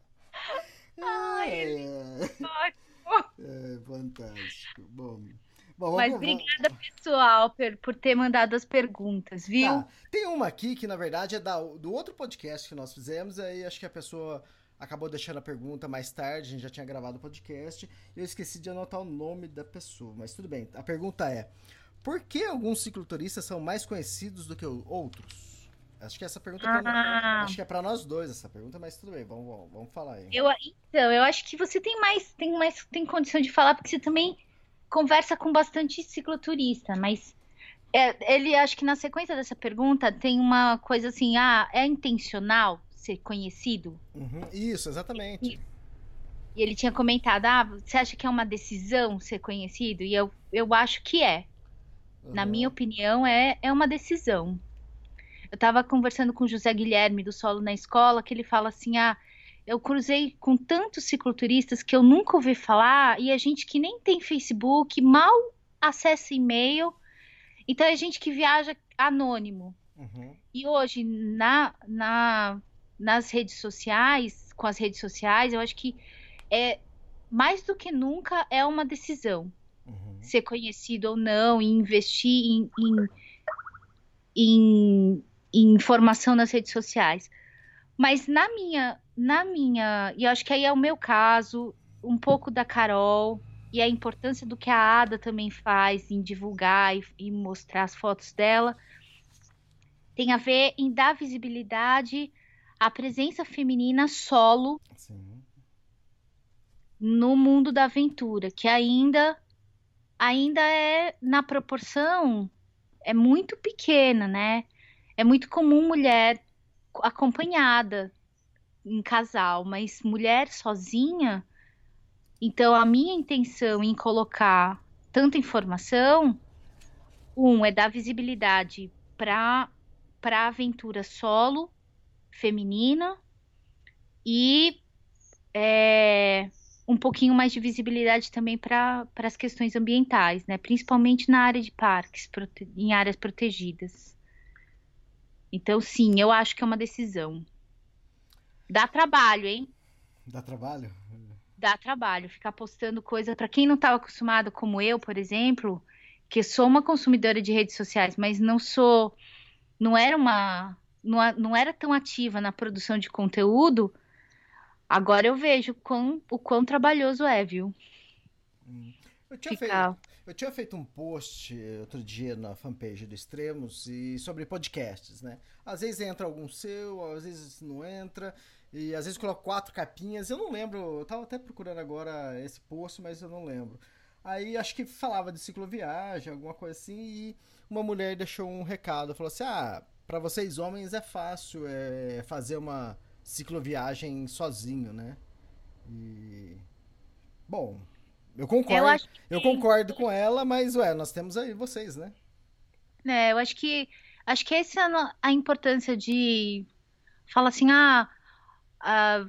Ai, É, ótimo. é fantástico. Bom, Bom, Mas vamos- obrigada, pessoal, por, por ter mandado as perguntas, viu? Tá. Tem uma aqui que, na verdade, é da, do outro podcast que nós fizemos, aí acho que a pessoa acabou deixando a pergunta mais tarde, a gente já tinha gravado o podcast, e eu esqueci de anotar o nome da pessoa, mas tudo bem. A pergunta é, por que alguns cicloturistas são mais conhecidos do que outros? Acho que essa pergunta é pra, Ah. acho que é pra nós dois, essa pergunta, mas tudo bem, vamos, vamos, vamos falar aí. Eu, então, eu acho que você tem mais, tem mais, tem condição de falar, porque você também conversa com bastante cicloturista, mas é, ele, acho que na sequência dessa pergunta tem uma coisa assim, ah, é intencional ser conhecido? Uhum, isso, exatamente. E ele tinha comentado, ah, você acha que é uma decisão ser conhecido? E eu, eu acho que é. Na Uhum. minha opinião, é, é uma decisão. Eu estava conversando com o José Guilherme do Solo na Escola, que ele fala assim, ah, eu cruzei com tantos cicloturistas que eu nunca ouvi falar, e a gente que nem tem Facebook, mal acessa e-mail, então é gente que viaja anônimo. Uhum. E hoje, na, na, nas redes sociais, com as redes sociais, eu acho que é mais do que nunca é uma decisão. Uhum. Ser conhecido ou não, e investir em, em, em, em informação nas redes sociais. Mas na minha, na minha, e eu acho que aí é o meu caso, um pouco da Carol, e a importância do que a Ada também faz em divulgar e, e mostrar as fotos dela, tem a ver em dar visibilidade à presença feminina solo Sim. no mundo da aventura, que ainda, ainda é, na proporção, é muito pequena, né? É muito comum mulher acompanhada em casal, mas mulher sozinha. Então, a minha intenção em colocar tanta informação, um, é dar visibilidade para para a aventura solo feminina e é, um pouquinho mais de visibilidade também para as questões ambientais, né? Principalmente na área de parques, prote- em áreas protegidas. Então, sim, eu acho que é uma decisão. Dá trabalho, hein? Dá trabalho? Dá trabalho. Ficar postando coisa para quem não estava acostumado, como eu, por exemplo, que sou uma consumidora de redes sociais, mas não sou, não era uma, não, a- não era tão ativa na produção de conteúdo. Agora eu vejo quão, o quão trabalhoso é, viu? Eu tinha, Ficar. feito, eu tinha feito um post eh, outro dia na fanpage do Extremos e sobre podcasts, né? Às vezes entra algum seu, às vezes não entra, e às vezes coloco quatro capinhas. Eu não lembro, eu tava até procurando agora esse post, mas eu não lembro. Aí acho que falava de cicloviagem, alguma coisa assim, e uma mulher deixou um recado, falou assim: ah, pra vocês homens é fácil é, fazer uma cicloviagem sozinho, né? E. Bom. Eu concordo, Eu acho que eu concordo com ela, mas ué, nós temos aí vocês, né? né, eu acho que acho que essa é a, no- a importância de falar assim, ah, ah,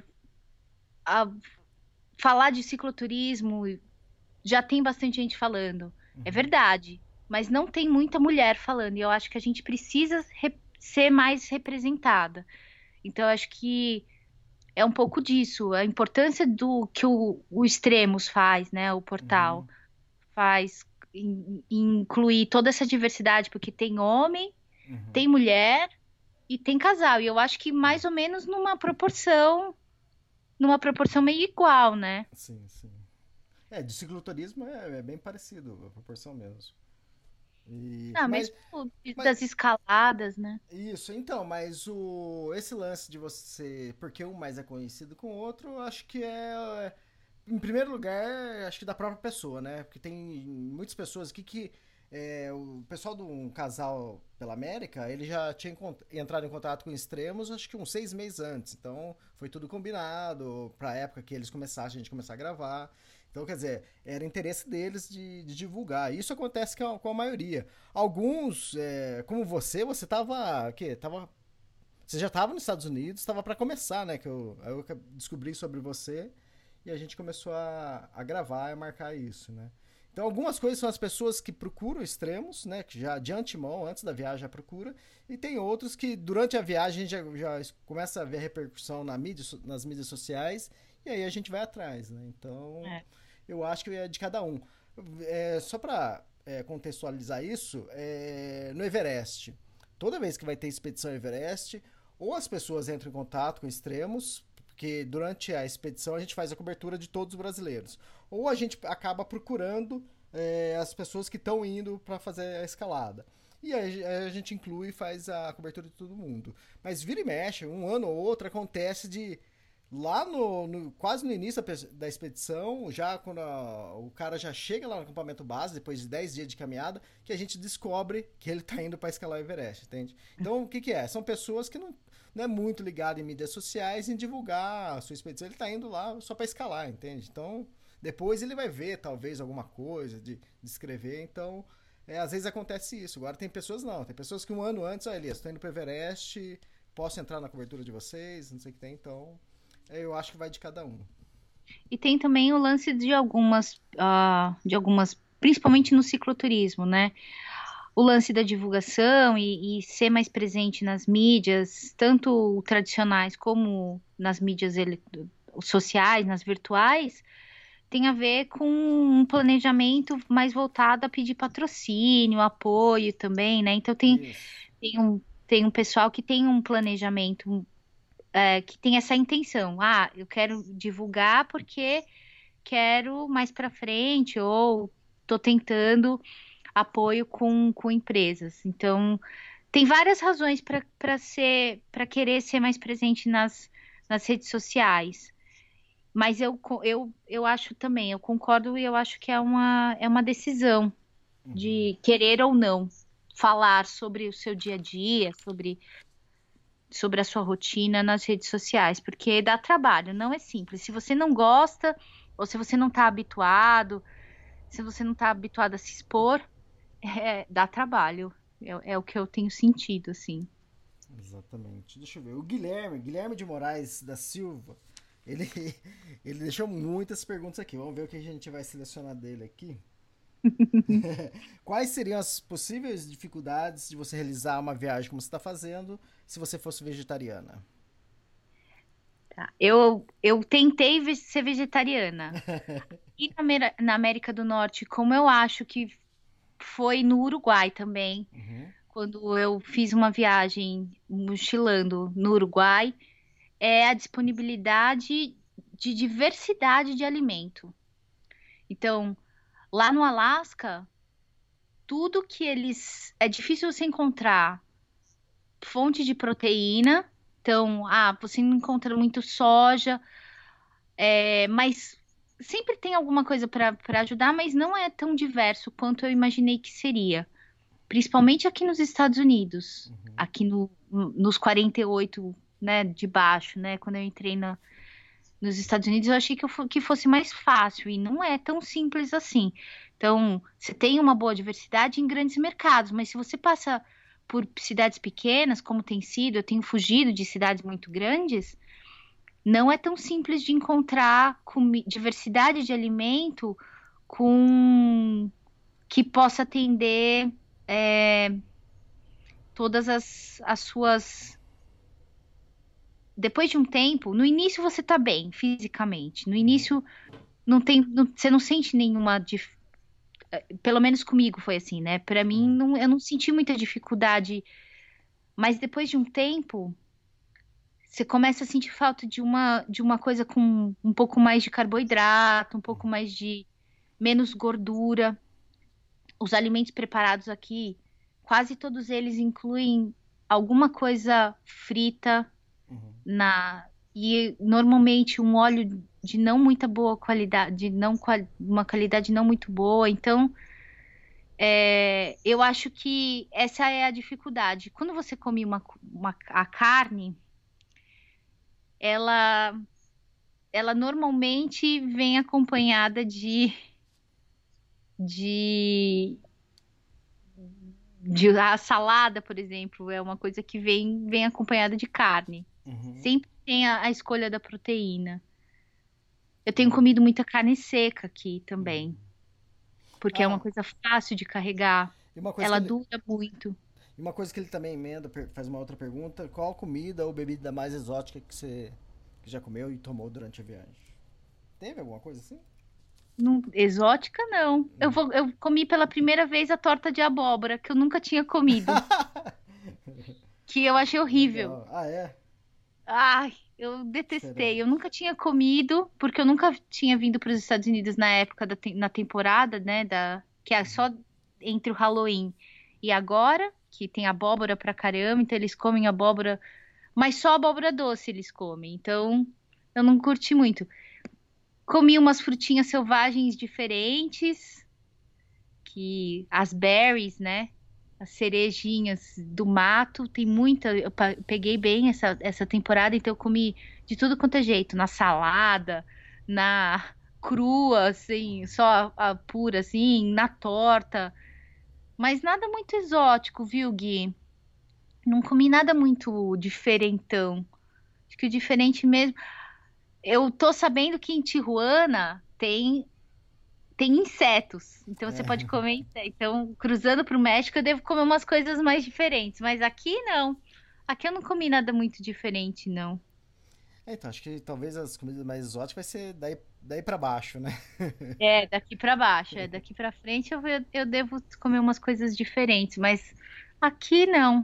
ah, falar de cicloturismo, já tem bastante gente falando. É verdade, mas não tem muita mulher falando, e eu acho que a gente precisa re- ser mais representada. Então, eu acho que é um pouco disso, a importância do que o, o Extremos faz, né, o portal faz, em- em incluir toda essa diversidade, porque tem homem, Uhum. tem mulher e tem casal, e eu acho que mais ou menos numa proporção, numa proporção meio igual, né? Sim, sim. É, de cicloturismo é, é bem parecido, a proporção mesmo. E, Ah, mas, mesmo mas- das escaladas, né? isso, então, mas o, esse lance de você, porque um mais é conhecido com o outro, eu acho que é, em primeiro lugar, acho que da própria pessoa, né? Porque tem muitas pessoas aqui que, é, o pessoal de um casal pela América, ele já tinha encont- entrado em contato com Extremos, acho que uns seis meses antes, então foi tudo combinado pra época que eles começaram, a gente começar a gravar. Então, quer dizer, era interesse deles de, de divulgar. Isso acontece com a, com a maioria. Alguns, é, como você, você tava, o quê? Tava, você já estava nos Estados Unidos, estava para começar, né? Que eu, aí eu descobri sobre você e a gente começou a, a gravar e a marcar isso, né? Então, algumas coisas são as pessoas que procuram Extremos, né? Que já de antemão, antes da viagem, já procura. E tem outros que durante a viagem já, já começa a ver repercussão na mídia, nas mídias sociais e aí a gente vai atrás, né? Então, É. eu acho que é de cada um. É, só para é, contextualizar isso, é, no Everest, toda vez que vai ter expedição Everest, ou as pessoas entram em contato com Extremos, porque durante a expedição a gente faz a cobertura de todos os brasileiros, ou a gente acaba procurando é, as pessoas que estão indo para fazer a escalada. E aí a gente inclui e faz a cobertura de todo mundo. Mas vira e mexe, um ano ou outro, acontece de... Lá no, no quase no início da, da expedição, já quando a, o cara já chega lá no acampamento base, depois de dez dias de caminhada, que a gente descobre que ele tá indo para escalar o Everest, entende? Então, o que que é? São pessoas que não, não é muito ligado em mídias sociais, em divulgar a sua expedição. Ele tá indo lá só para escalar, entende? Então, depois ele vai ver, talvez, alguma coisa de, de escrever. Então, é, às vezes acontece isso. Agora, tem pessoas não. Tem pessoas que um ano antes, olha, Elias, tô indo pro Everest, posso entrar na cobertura de vocês, não sei o que tem, então... Eu acho que vai de cada um. E tem também o lance de algumas, uh, de algumas, principalmente no cicloturismo, né? O lance da divulgação e, e ser mais presente nas mídias, tanto tradicionais como nas mídias ele, sociais, nas virtuais, tem a ver com um planejamento mais voltado a pedir patrocínio, apoio também, né? Então tem, tem, um, tem um pessoal que tem um planejamento É, que tem essa intenção, ah, eu quero divulgar porque quero mais para frente, ou tô tentando apoio com, com empresas. Então, tem várias razões para ser, para querer ser mais presente nas, nas redes sociais. Mas eu, eu, eu acho também, eu concordo e eu acho que é uma, é uma decisão uhum. de querer ou não falar sobre o seu dia a dia, sobre... sobre a sua rotina nas redes sociais, porque dá trabalho, não é simples. Se você não gosta, ou se você não está habituado, se você não está habituado a se expor, é, dá trabalho. É, é o que eu tenho sentido, assim. Exatamente. Deixa eu ver. O Guilherme, Guilherme de Moraes da Silva, ele, ele deixou muitas perguntas aqui. Vamos ver o que a gente vai selecionar dele aqui. Quais seriam as possíveis dificuldades de você realizar uma viagem como você está fazendo se você fosse vegetariana? Tá. Eu, eu tentei ser vegetariana. E na, na América do Norte, como eu acho que foi no Uruguai também, uhum. quando eu fiz uma viagem mochilando no Uruguai, é a disponibilidade de diversidade de alimento. Então, lá no Alasca, tudo que eles... É difícil você encontrar fonte de proteína. Então, ah, você não encontra muito soja, é, mas sempre tem alguma coisa para ajudar, mas não é tão diverso quanto eu imaginei que seria. Principalmente aqui nos Estados Unidos, uhum. aqui no, nos quarenta e oito, né, de baixo, né? Quando eu entrei na... Nos Estados Unidos, eu achei que, eu, que fosse mais fácil, e não é tão simples assim. Então, você tem uma boa diversidade em grandes mercados, mas se você passa por cidades pequenas, como tem sido, eu tenho fugido de cidades muito grandes, não é tão simples de encontrar diversidade de alimento com que possa atender é, todas as, as suas... Depois de um tempo, no início você tá bem fisicamente, no início não tem, não, você não sente nenhuma dif... pelo menos comigo foi assim, né? Para mim não, eu não senti muita dificuldade, mas depois de um tempo você começa a sentir falta de uma de uma coisa com um pouco mais de carboidrato, um pouco mais de menos gordura. Os alimentos preparados aqui, quase todos eles incluem alguma coisa frita. Uhum. Na, e normalmente um óleo de não muita boa qualidade, de não, uma qualidade não muito boa. Então, é, eu acho que essa é a dificuldade. Quando você come uma, uma, a carne, ela, ela normalmente vem acompanhada de, de, de a salada, por exemplo, é uma coisa que vem, vem acompanhada de carne. Uhum. Sempre tem a, a escolha da proteína. Eu tenho comido muita carne seca aqui também. Porque ah. é uma coisa fácil de carregar. Ela ele... dura muito. E uma coisa que ele também emenda, faz uma outra pergunta: qual comida ou bebida mais exótica que você que já comeu e tomou durante a viagem? Teve alguma coisa assim? Não, exótica, não. Eu, vou, eu comi pela primeira vez a torta de abóbora, que eu nunca tinha comido. Que eu achei horrível. Legal. Ah, é? Ai, eu detestei. Diferente. Eu nunca tinha comido, porque eu nunca tinha vindo para os Estados Unidos na época, da, te- na temporada, né? Da, que é só entre o Halloween e agora, que tem abóbora pra caramba, então eles comem abóbora, mas só abóbora doce eles comem. Então, eu não curti muito. Comi umas frutinhas selvagens diferentes, que as berries, né? As cerejinhas do mato, tem muita. Eu pa- peguei bem essa, essa temporada, então eu comi de tudo quanto é jeito, na salada, na crua, assim, só a, a pura, assim, na torta. Mas nada muito exótico, viu, Gui? Não comi nada muito diferentão. Acho que o diferente mesmo. Eu tô sabendo que em Tijuana tem tem insetos. Então você É. pode comer inseto. Então, cruzando pro México, eu devo comer umas coisas mais diferentes. Mas aqui não. Aqui eu não comi nada muito diferente, não. É, então, acho que talvez as comidas mais exóticas vai ser daí, daí pra baixo, né? É, daqui pra baixo. É, daqui pra frente eu, eu, eu devo comer umas coisas diferentes. Mas aqui não.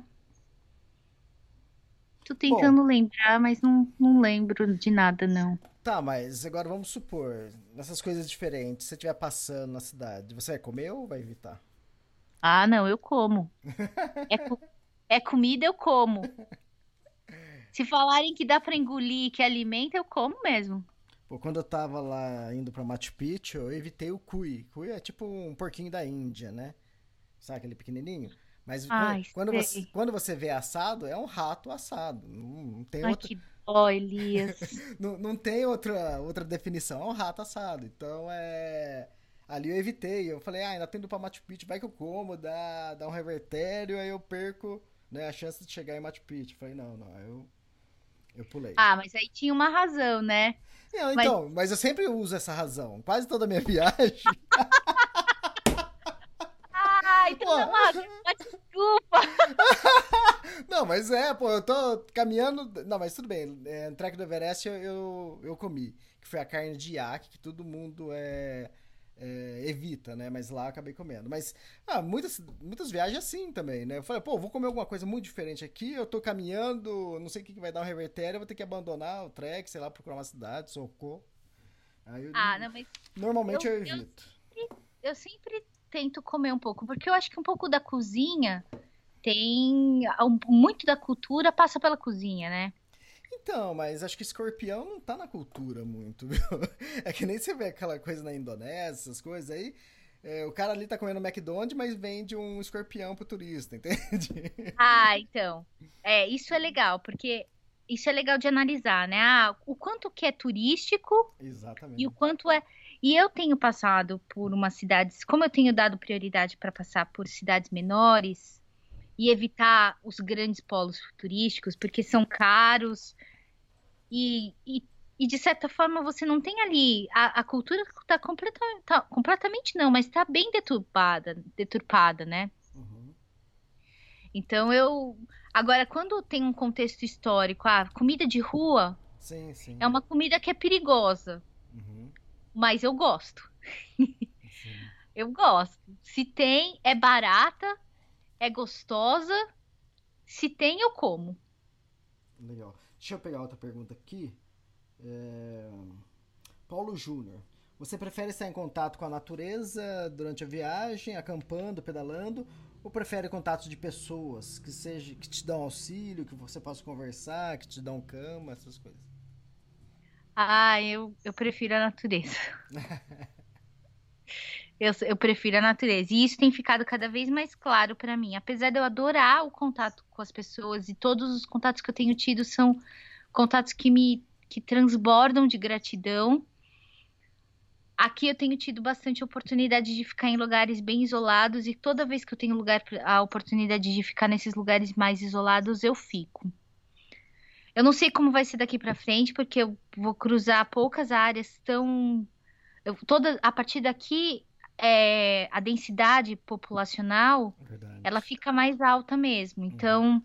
Tô tentando lembrar, mas não, não lembro de nada, não. Tá, mas agora vamos supor, nessas coisas diferentes, se você estiver passando na cidade, você vai comer ou vai evitar? Ah, não, eu como. É, co- é comida, eu como. Se falarem que dá pra engolir, que alimenta, eu como mesmo. Pô, quando eu tava lá indo pra Machu Picchu, eu evitei o cuy. Cuy é tipo um porquinho da Índia, né? Sabe aquele pequenininho? Mas Ai, quando, quando sei. você, quando você vê assado, é um rato assado. Não, não tem Ai, outra, que dó, Elias. não, não tem outra, outra definição. É um rato assado. Então é. Ali eu evitei. Eu falei, ah, ainda tô indo pra Machu Picchu, vai que eu como, dá, dá um revertério, aí eu perco, né, a chance de chegar em Machu Picchu. Eu falei, não, não, eu, eu pulei. Ah, mas aí tinha uma razão, né? Não, mas- então, mas eu sempre uso essa razão. Quase toda a minha viagem. Ai, então Pô. não, uma uma desculpa. Não, mas é, pô, eu tô caminhando. Não, mas tudo bem. É, no Trek do Everest eu, eu, eu comi. Que foi a carne de iaque, que todo mundo é, é, evita, né? Mas lá eu acabei comendo. Mas ah, muitas, muitas viagens assim também, né? Eu falei, pô, vou comer alguma coisa muito diferente aqui. Eu tô caminhando, não sei o que, que vai dar um revertério, eu vou ter que abandonar o trek, sei lá, procurar uma cidade, socorro. Aí eu, Ah, não, mas normalmente eu, eu- eu- evito. eu sempre tento comer um pouco, porque eu acho que um pouco da cozinha tem. um- Muito da cultura passa pela cozinha, né? Então, mas acho que escorpião não tá na cultura muito, viu? É que nem você vê aquela coisa na Indonésia, essas coisas aí. É, o cara ali tá comendo McDonald's, mas vende um escorpião pro turista, entende? Ah, então. É, isso é legal, porque isso é legal de analisar, né? Ah, o quanto que é turístico Exatamente. e o quanto é. E eu tenho passado por umas cidades, como eu tenho dado prioridade para passar por cidades menores e evitar os grandes polos turísticos, porque são caros e, e, e, de certa forma você não tem ali. A, a cultura está completa, tá, completamente não, mas está bem deturpada, deturpada, né? Uhum. Então eu. Agora, quando tem um contexto histórico, a comida de rua Sim, sim. é uma comida que é perigosa, Uhum. mas eu gosto. Sim. Eu gosto. Se tem, é barata, é gostosa. Se tem, eu como. Legal. Deixa eu pegar outra pergunta aqui. É, Paulo Júnior. Você prefere estar em contato com a natureza durante a viagem, acampando, pedalando, ou prefere contato de pessoas que seja, que te dão auxílio, que você possa conversar, que te dão cama, essas coisas? Ah, eu, eu prefiro a natureza. Eu, eu prefiro a natureza. E isso tem ficado cada vez mais claro para mim. Apesar de eu adorar o contato com as pessoas, e todos os contatos que eu tenho tido são contatos que me que transbordam de gratidão. Aqui eu tenho tido bastante oportunidade de ficar em lugares bem isolados, e toda vez que eu tenho lugar, a oportunidade de ficar nesses lugares mais isolados, eu fico. Eu não sei como vai ser daqui para frente, porque eu vou cruzar poucas áreas tão. Eu, toda, a partir daqui, é, a densidade populacional Verdade. ela fica mais alta mesmo. Então,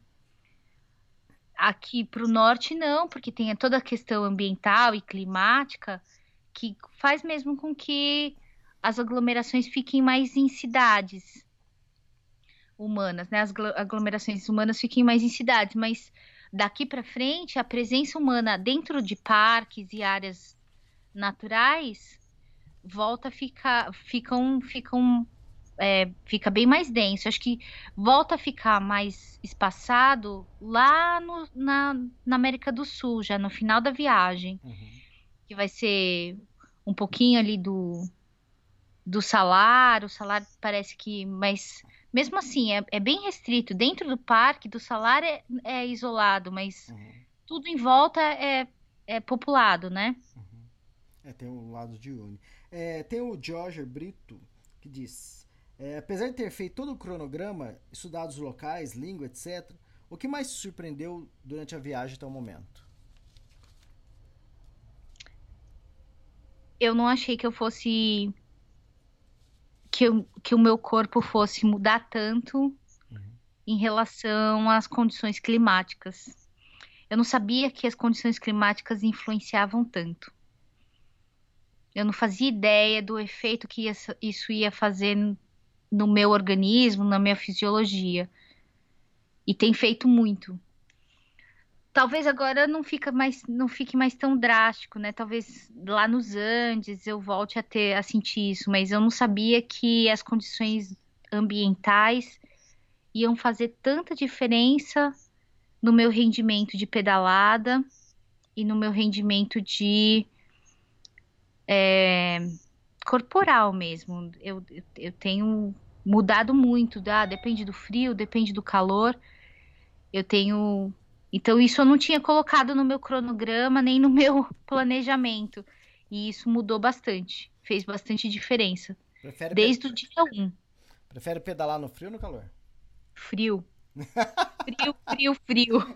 aqui para o norte não, porque tem toda a questão ambiental e climática que faz mesmo com que as aglomerações fiquem mais em cidades humanas, né? As aglomerações humanas fiquem mais em cidades, mas daqui para frente a presença humana dentro de parques e áreas naturais volta a ficar, ficam, ficam, é, fica bem mais denso. Acho que volta a ficar mais espaçado lá no, na, na América do Sul, já no final da viagem, uhum. que vai ser um pouquinho ali do, do salar. O salar parece que, mas mesmo assim é, é bem restrito. Dentro do parque, do salar é, é isolado, mas uhum. tudo em volta é, é populado, né? Uhum. É, tem o lado de Uni. É, tem o Jorge Brito, que diz, é, apesar de ter feito todo o cronograma, estudado os locais, língua, etcétera, o que mais te surpreendeu durante a viagem até o momento? Eu não achei que eu fosse... Que, eu, que o meu corpo fosse mudar tanto uhum. em relação às condições climáticas. Eu não sabia que as condições climáticas influenciavam tanto. Eu não fazia ideia do efeito que ia, isso ia fazer no meu organismo, na minha fisiologia. E tem feito muito. Talvez agora não, fica mais, não fique mais tão drástico, né? Talvez lá nos Andes eu volte a ter a sentir isso, mas eu não sabia que as condições ambientais iam fazer tanta diferença no meu rendimento de pedalada e no meu rendimento de é, corporal mesmo. Eu, eu tenho mudado muito, ah, depende do frio, depende do calor. Eu tenho... Então, isso eu não tinha colocado no meu cronograma, nem no meu planejamento. E isso mudou bastante. Fez bastante diferença. Prefere Desde ped... o dia um. Prefere pedalar no frio ou no calor? Frio. Frio, frio, frio.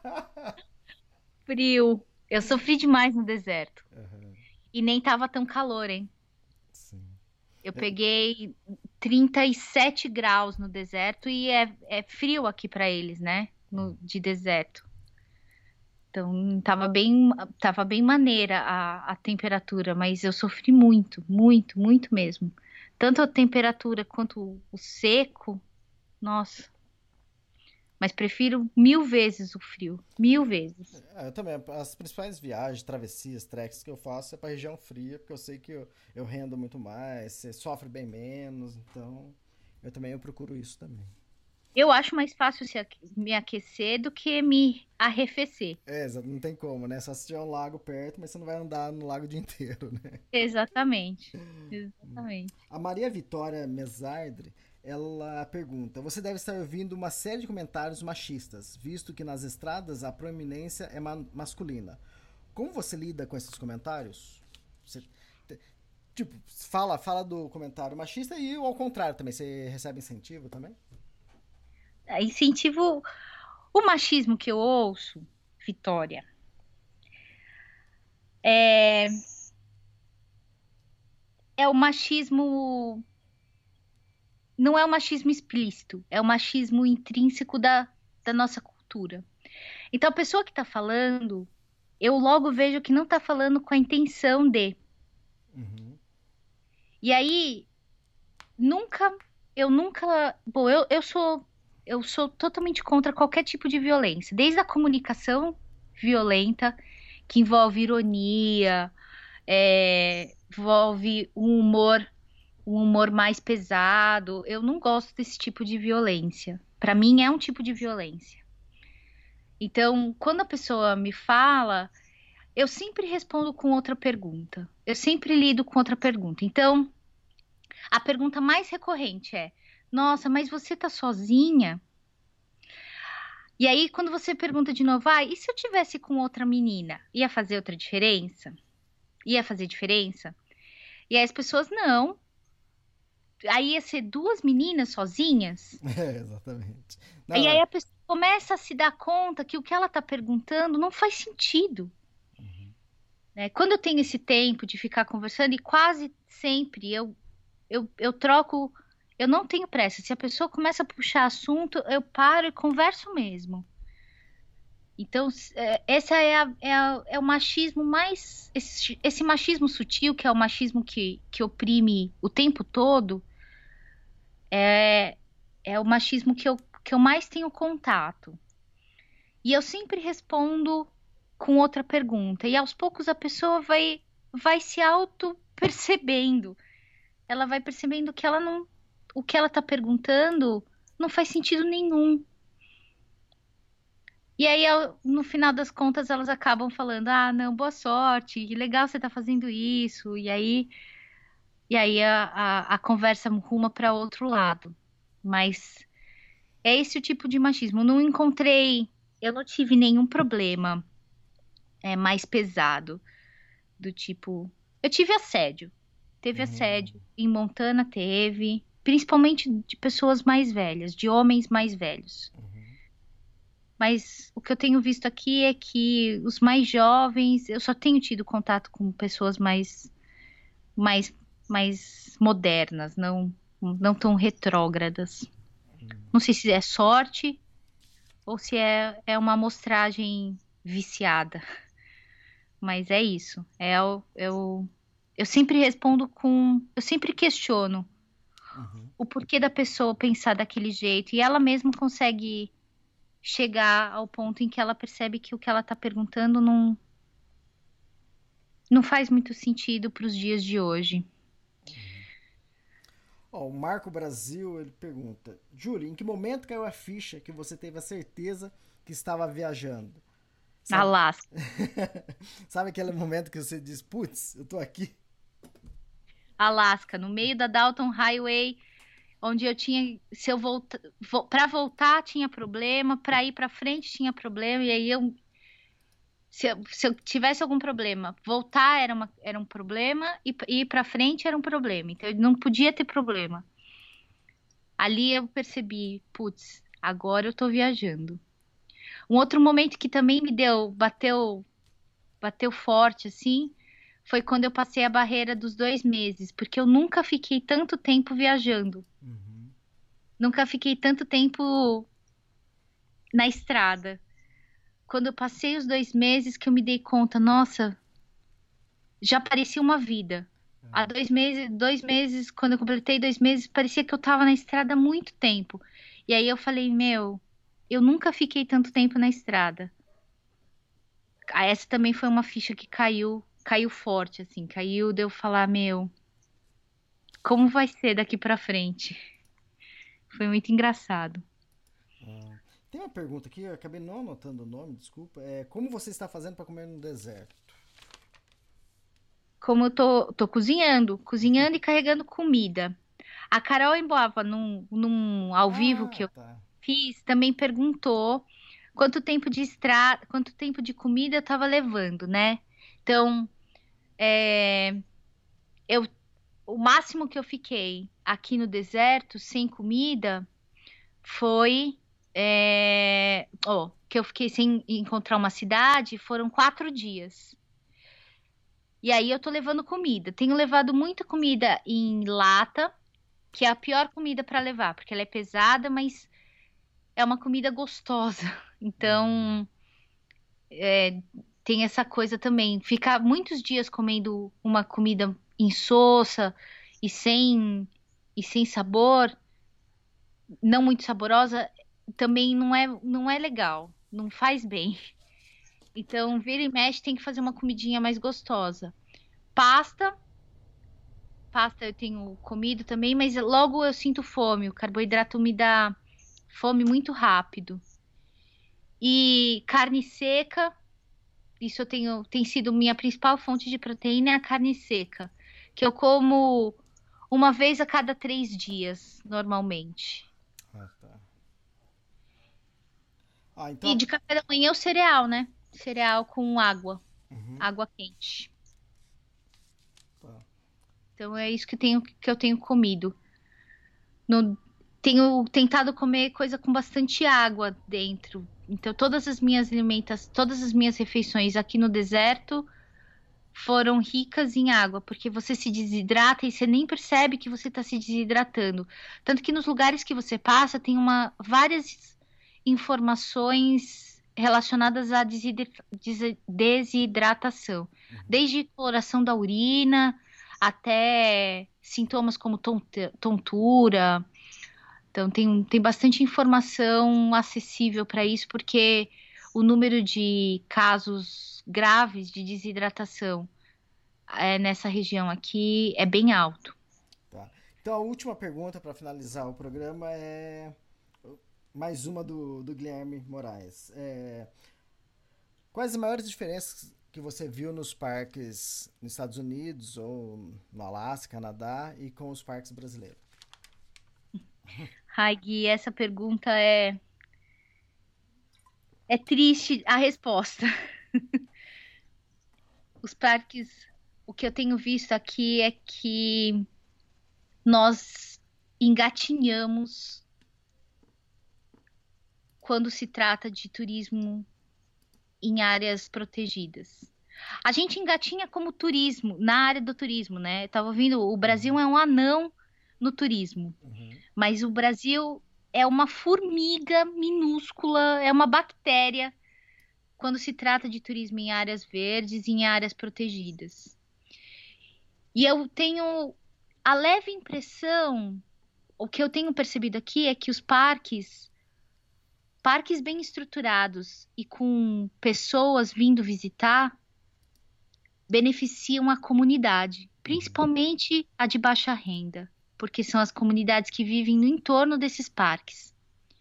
Frio. Eu sofri demais no deserto. Uhum. E nem tava tão calor, hein? Sim. Eu peguei trinta e sete graus no deserto e é, é frio aqui para eles, né? No, de deserto. Então, tava bem, tava bem maneira a, a temperatura, mas eu sofri muito, muito, muito mesmo. Tanto a temperatura quanto o seco, nossa. Mas prefiro mil vezes o frio, mil vezes. É, eu também, as principais viagens, travessias, treks que eu faço é pra região fria, porque eu sei que eu, eu rendo muito mais, você sofre bem menos, então eu também eu procuro isso também. Eu acho mais fácil se me aquecer do que me arrefecer. É, não tem como, né? Só se tiver um lago perto, mas você não vai andar no lago o dia inteiro, né? Exatamente. Exatamente. A Maria Vitória Mesardre, ela pergunta, você deve estar ouvindo uma série de comentários machistas, visto que nas estradas a proeminência é ma- masculina. Como você lida com esses comentários? Você, tipo, fala, fala do comentário machista e ao contrário também, você recebe incentivo também? Incentivo o machismo que eu ouço, Vitória, é, é o machismo, não é o machismo explícito, é o machismo intrínseco da, da nossa cultura. Então a pessoa que está falando, eu logo vejo que não está falando com a intenção de. Uhum. E aí, nunca, eu nunca, bom, eu, eu sou Eu sou totalmente contra qualquer tipo de violência, desde a comunicação violenta, que envolve ironia, é, envolve um humor, um humor mais pesado. Eu não gosto desse tipo de violência. Para mim é um tipo de violência. Então, quando a pessoa me fala, eu sempre respondo com outra pergunta. Eu sempre lido com outra pergunta. Então, a pergunta mais recorrente é: nossa, mas você tá sozinha? E aí, quando você pergunta de novo, ah, e se eu tivesse com outra menina? Ia fazer outra diferença? Ia fazer diferença? E aí as pessoas, não. Aí ia ser duas meninas sozinhas? É, exatamente. Não, e aí a pessoa começa a se dar conta que o que ela tá perguntando não faz sentido. Uhum. Né? Quando eu tenho esse tempo de ficar conversando, e quase sempre eu, eu, eu troco... Eu não tenho pressa. Se a pessoa começa a puxar assunto, eu paro e converso mesmo. Então, é, essa é, a, é, a, é o machismo mais... Esse, esse machismo sutil, que é o machismo que, que oprime o tempo todo, é, é o machismo que eu, que eu mais tenho contato. E eu sempre respondo com outra pergunta. E aos poucos a pessoa vai, vai se auto-percebendo. Ela vai percebendo que ela não, o que ela está perguntando não faz sentido nenhum. E aí, no final das contas, elas acabam falando, ah, não, boa sorte, que legal você tá fazendo isso. E aí, e aí a, a, a conversa ruma para outro lado. Mas é esse o tipo de machismo. Eu não encontrei, eu não tive nenhum problema é, mais pesado. Do tipo, eu tive assédio. Teve Uhum. assédio. Em Montana teve, principalmente de pessoas mais velhas, de homens mais velhos. Uhum. Mas o que eu tenho visto aqui é que os mais jovens, eu só tenho tido contato com pessoas mais, mais, mais modernas, não, não tão retrógradas. Não sei se é sorte ou se é, é uma amostragem viciada. Mas é isso. É, eu, eu, eu sempre respondo com... Eu sempre questiono Uhum. o porquê da pessoa pensar daquele jeito. E ela mesma consegue chegar ao ponto em que ela percebe que o que ela está perguntando não, não faz muito sentido para os dias de hoje. Ó, o Marco Brasil, ele pergunta: Júlia, em que momento caiu a ficha que você teve a certeza que estava viajando? Na Alasca. Sabe aquele momento que você diz, putz, eu tô aqui? Alasca, no meio da Dalton Highway, onde eu tinha, se eu voltar, vo, para voltar tinha problema, para ir para frente tinha problema, e aí eu se, eu, se eu tivesse algum problema, voltar era, uma, era um problema, e ir para frente era um problema, então eu não podia ter problema. Ali eu percebi, putz, agora eu tô viajando. Um outro momento que também me deu, bateu, bateu forte, assim, foi quando eu passei a barreira dos dois meses, porque eu nunca fiquei tanto tempo viajando. Uhum. Nunca fiquei tanto tempo na estrada. Quando eu passei os dois meses que eu me dei conta, nossa, já parecia uma vida. Uhum. Há dois meses, dois meses, quando eu completei dois meses, parecia que eu tava na estrada há muito tempo. E aí eu falei, meu, eu nunca fiquei tanto tempo na estrada. Essa também foi uma ficha que caiu, caiu forte, assim, caiu de eu falar, meu, como vai ser daqui pra frente? Foi muito engraçado. Ah, tem uma pergunta aqui, eu acabei não anotando o nome, desculpa. É, como você está fazendo para comer no deserto? Como eu tô, tô cozinhando, cozinhando e carregando comida. A Carol Emboava, num, num ao vivo Ah, que eu tá. fiz, também perguntou quanto tempo de estrada, quanto tempo de comida eu tava levando, né? Então, é, eu, o máximo que eu fiquei aqui no deserto sem comida foi, é, ó, que eu fiquei sem encontrar uma cidade, foram quatro dias. E aí eu tô levando comida. Tenho levado muita comida em lata, que é a pior comida para levar, porque ela é pesada, mas é uma comida gostosa. Então, é, tem essa coisa também. Ficar muitos dias comendo uma comida insossa e sem, e sem sabor, não muito saborosa, também não é, não é legal. Não faz bem. Então, vira e mexe, tem que fazer uma comidinha mais gostosa. Pasta. Pasta eu tenho comido também, mas logo eu sinto fome. O carboidrato me dá fome muito rápido. E carne seca, isso eu tenho, tem sido minha principal fonte de proteína, é a carne seca, que eu como uma vez a cada três dias, normalmente. Ah, tá. Ah, então... E de café da manhã o cereal, né? Cereal com água, Uhum. água quente. Tá. Então é isso que, tenho, que eu tenho comido. No, tenho tentado comer coisa com bastante água dentro. Então todas as minhas alimentas, todas as minhas refeições aqui no deserto foram ricas em água, porque você se desidrata e você nem percebe que você está se desidratando. Tanto que nos lugares que você passa tem uma, várias informações relacionadas à desidratação, desde coloração da urina até sintomas como tontura. Então, tem, tem bastante informação acessível para isso, porque o número de casos graves de desidratação é, nessa região aqui é bem alto. Tá. Então, a última pergunta para finalizar o programa é mais uma do, do Guilherme Moraes. É, quais as maiores diferenças que você viu nos parques nos Estados Unidos ou no Alasca, Canadá e com os parques brasileiros? Ai, Gui, essa pergunta é é triste a resposta. Os parques, o que eu tenho visto aqui é que nós engatinhamos quando se trata de turismo em áreas protegidas. A gente engatinha como turismo, na área do turismo, né? Eu tava ouvindo, o Brasil é um anão no turismo, uhum. Mas o Brasil é uma formiga minúscula, é uma bactéria quando se trata de turismo em áreas verdes e em áreas protegidas. E eu tenho a leve impressão, o que eu tenho percebido aqui é que os parques, parques bem estruturados e com pessoas vindo visitar, beneficiam a comunidade, principalmente a de baixa renda, porque são as comunidades que vivem no entorno desses parques.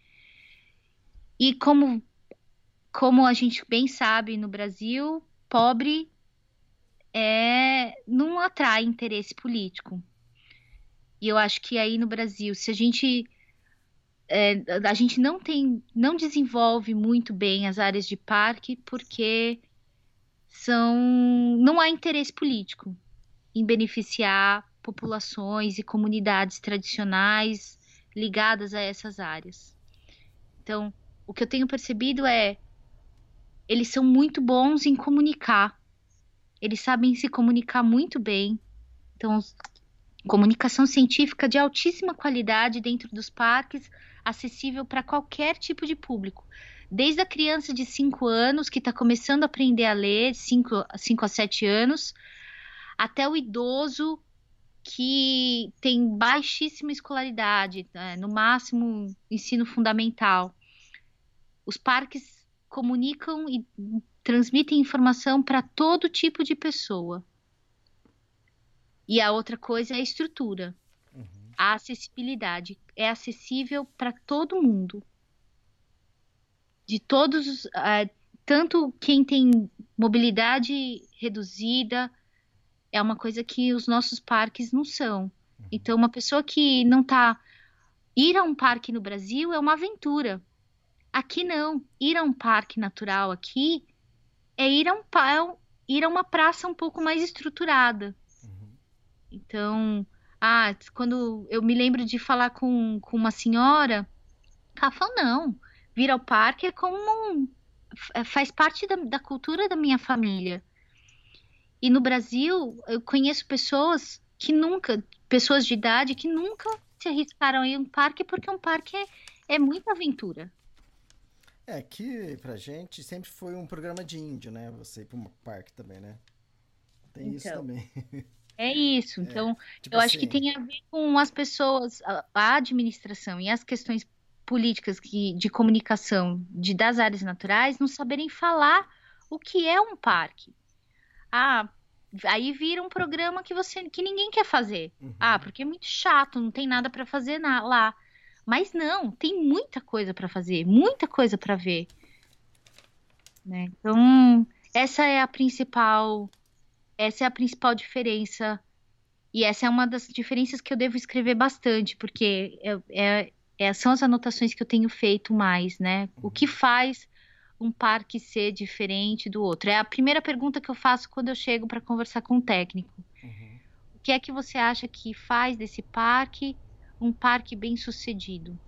E como, como a gente bem sabe, no Brasil, pobre é, não atrai interesse político. E eu acho que aí no Brasil, se a gente, é, a gente não tem, não desenvolve muito bem as áreas de parque, porque são, não há interesse político em beneficiar populações e comunidades tradicionais ligadas a essas áreas. Então, o que eu tenho percebido é, eles são muito bons em comunicar, eles sabem se comunicar muito bem. Então, comunicação científica de altíssima qualidade dentro dos parques, acessível para qualquer tipo de público. Desde a criança de cinco anos, que está começando a aprender a ler, cinco a sete anos, até o idoso que tem baixíssima escolaridade, né? No máximo ensino fundamental. Os parques comunicam e transmitem informação para todo tipo de pessoa. E a outra coisa é a estrutura. Uhum. A acessibilidade. É acessível para todo mundo. De todos, uh, tanto quem tem mobilidade reduzida, é uma coisa que os nossos parques não são. Então, uma pessoa que não tá... Ir a um parque no Brasil é uma aventura. Aqui não. Ir a um parque natural aqui é ir a, um, ir a uma praça um pouco mais estruturada. Uhum. Então, ah, quando eu me lembro de falar com, com uma senhora, ela falou, não, vir ao parque é como um, faz parte da, da cultura da minha família. E no Brasil, eu conheço pessoas que nunca, pessoas de idade que nunca se arriscaram a ir a um parque, porque um parque é, é muita aventura. É, que pra gente sempre foi um programa de índio, né? Você ir para um parque também, né? Tem então, isso também. É isso. Então, é, tipo eu assim, acho que tem a ver com as pessoas, a, a administração e as questões políticas que, de comunicação de, das áreas naturais não saberem falar o que é um parque. Ah, aí vira um programa que você que ninguém quer fazer. Uhum. Ah, porque é muito chato, não tem nada para fazer na, lá. Mas não, tem muita coisa para fazer, muita coisa para ver. Né? Então, essa é a principal, essa é a principal diferença. E essa é uma das diferenças que eu devo escrever bastante, porque é, é, é, são as anotações que eu tenho feito mais, né? Uhum. O que faz um parque ser diferente do outro? É a primeira pergunta que eu faço quando eu chego para conversar com um técnico. Uhum. O que é que você acha que faz desse parque um parque bem sucedido?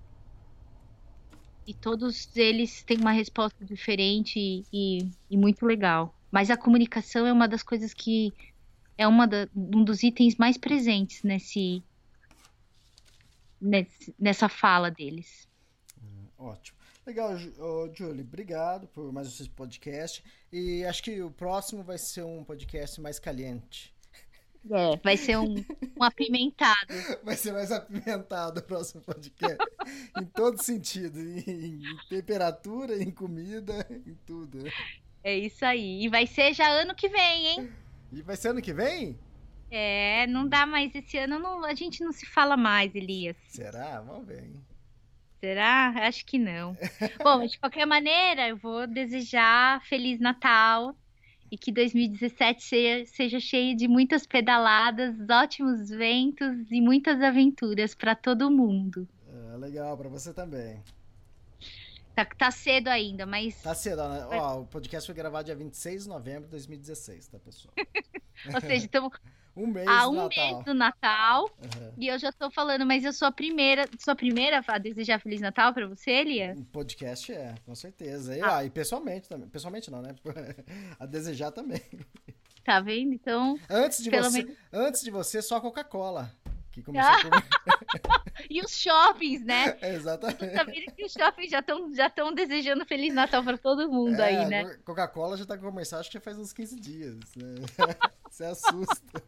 E todos eles têm uma resposta diferente e, e muito legal. Mas a comunicação é uma das coisas que é uma da, um dos itens mais presentes nesse, nesse, nessa fala deles. Hum, ótimo. Legal, Ju- ô, Julie, obrigado por mais esse podcast. E acho que o próximo vai ser um podcast mais caliente. É, vai ser um, um apimentado. Vai ser mais apimentado o próximo podcast. Em todo sentido. Em, em temperatura, em comida, em tudo. É isso aí. E vai ser já ano que vem, hein? E vai ser ano que vem? É, não dá mais esse ano, não- a gente não se fala mais, Elias. Será? Vamos ver, hein? Será? Acho que não. Bom, de qualquer maneira, eu vou desejar Feliz Natal e que dois mil e dezessete seja, seja cheio de muitas pedaladas, ótimos ventos e muitas aventuras para todo mundo. É, legal, pra você também. Tá, tá cedo ainda, mas. Tá cedo, né? Ó, o podcast foi gravado dia vinte e seis de novembro de dois mil e dezesseis, tá, pessoal? Ou seja, estamos Um mês há do um Natal. mês do Natal Uhum. e eu já tô falando, mas eu sou a primeira, sou a primeira a desejar Feliz Natal para você, Elias? O podcast é, com certeza. E, Ah. ah, e pessoalmente também. Pessoalmente não, né? A desejar também. Tá vendo? Então. Antes de, Pelo você, menos- antes de você, só a Coca-Cola. Que começou Ah. com... E os shoppings, né? Exatamente. Tá vendo que os shoppings já estão já tão desejando Feliz Natal para todo mundo É, aí, né? a Coca-Cola já tá com comercial, acho que já faz uns quinze dias. Né? Você assusta.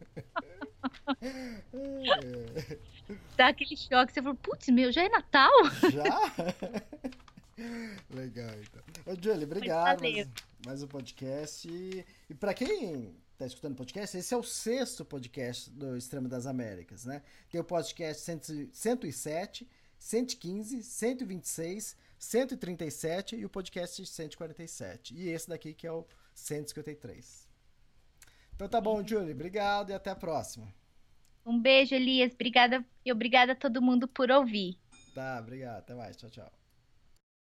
É, Dá aquele choque, você fala, putz, meu, já é Natal? já? Legal, então. Ô, Julie, obrigado. valeu. Mais, mais um podcast. E, e para quem tá escutando o podcast, esse é o sexto podcast do Extremo das Américas, né? Tem o podcast cento e sete, cento e quinze, cento e vinte e seis, cento e trinta e sete e o podcast cento e quarenta e sete. E esse daqui que é o cento e cinquenta e três. Então tá bom, Julie. Obrigado e até a próxima. Um beijo, Elias. Obrigada e obrigada a todo mundo por ouvir. Tá, obrigado. Até mais. Tchau, tchau.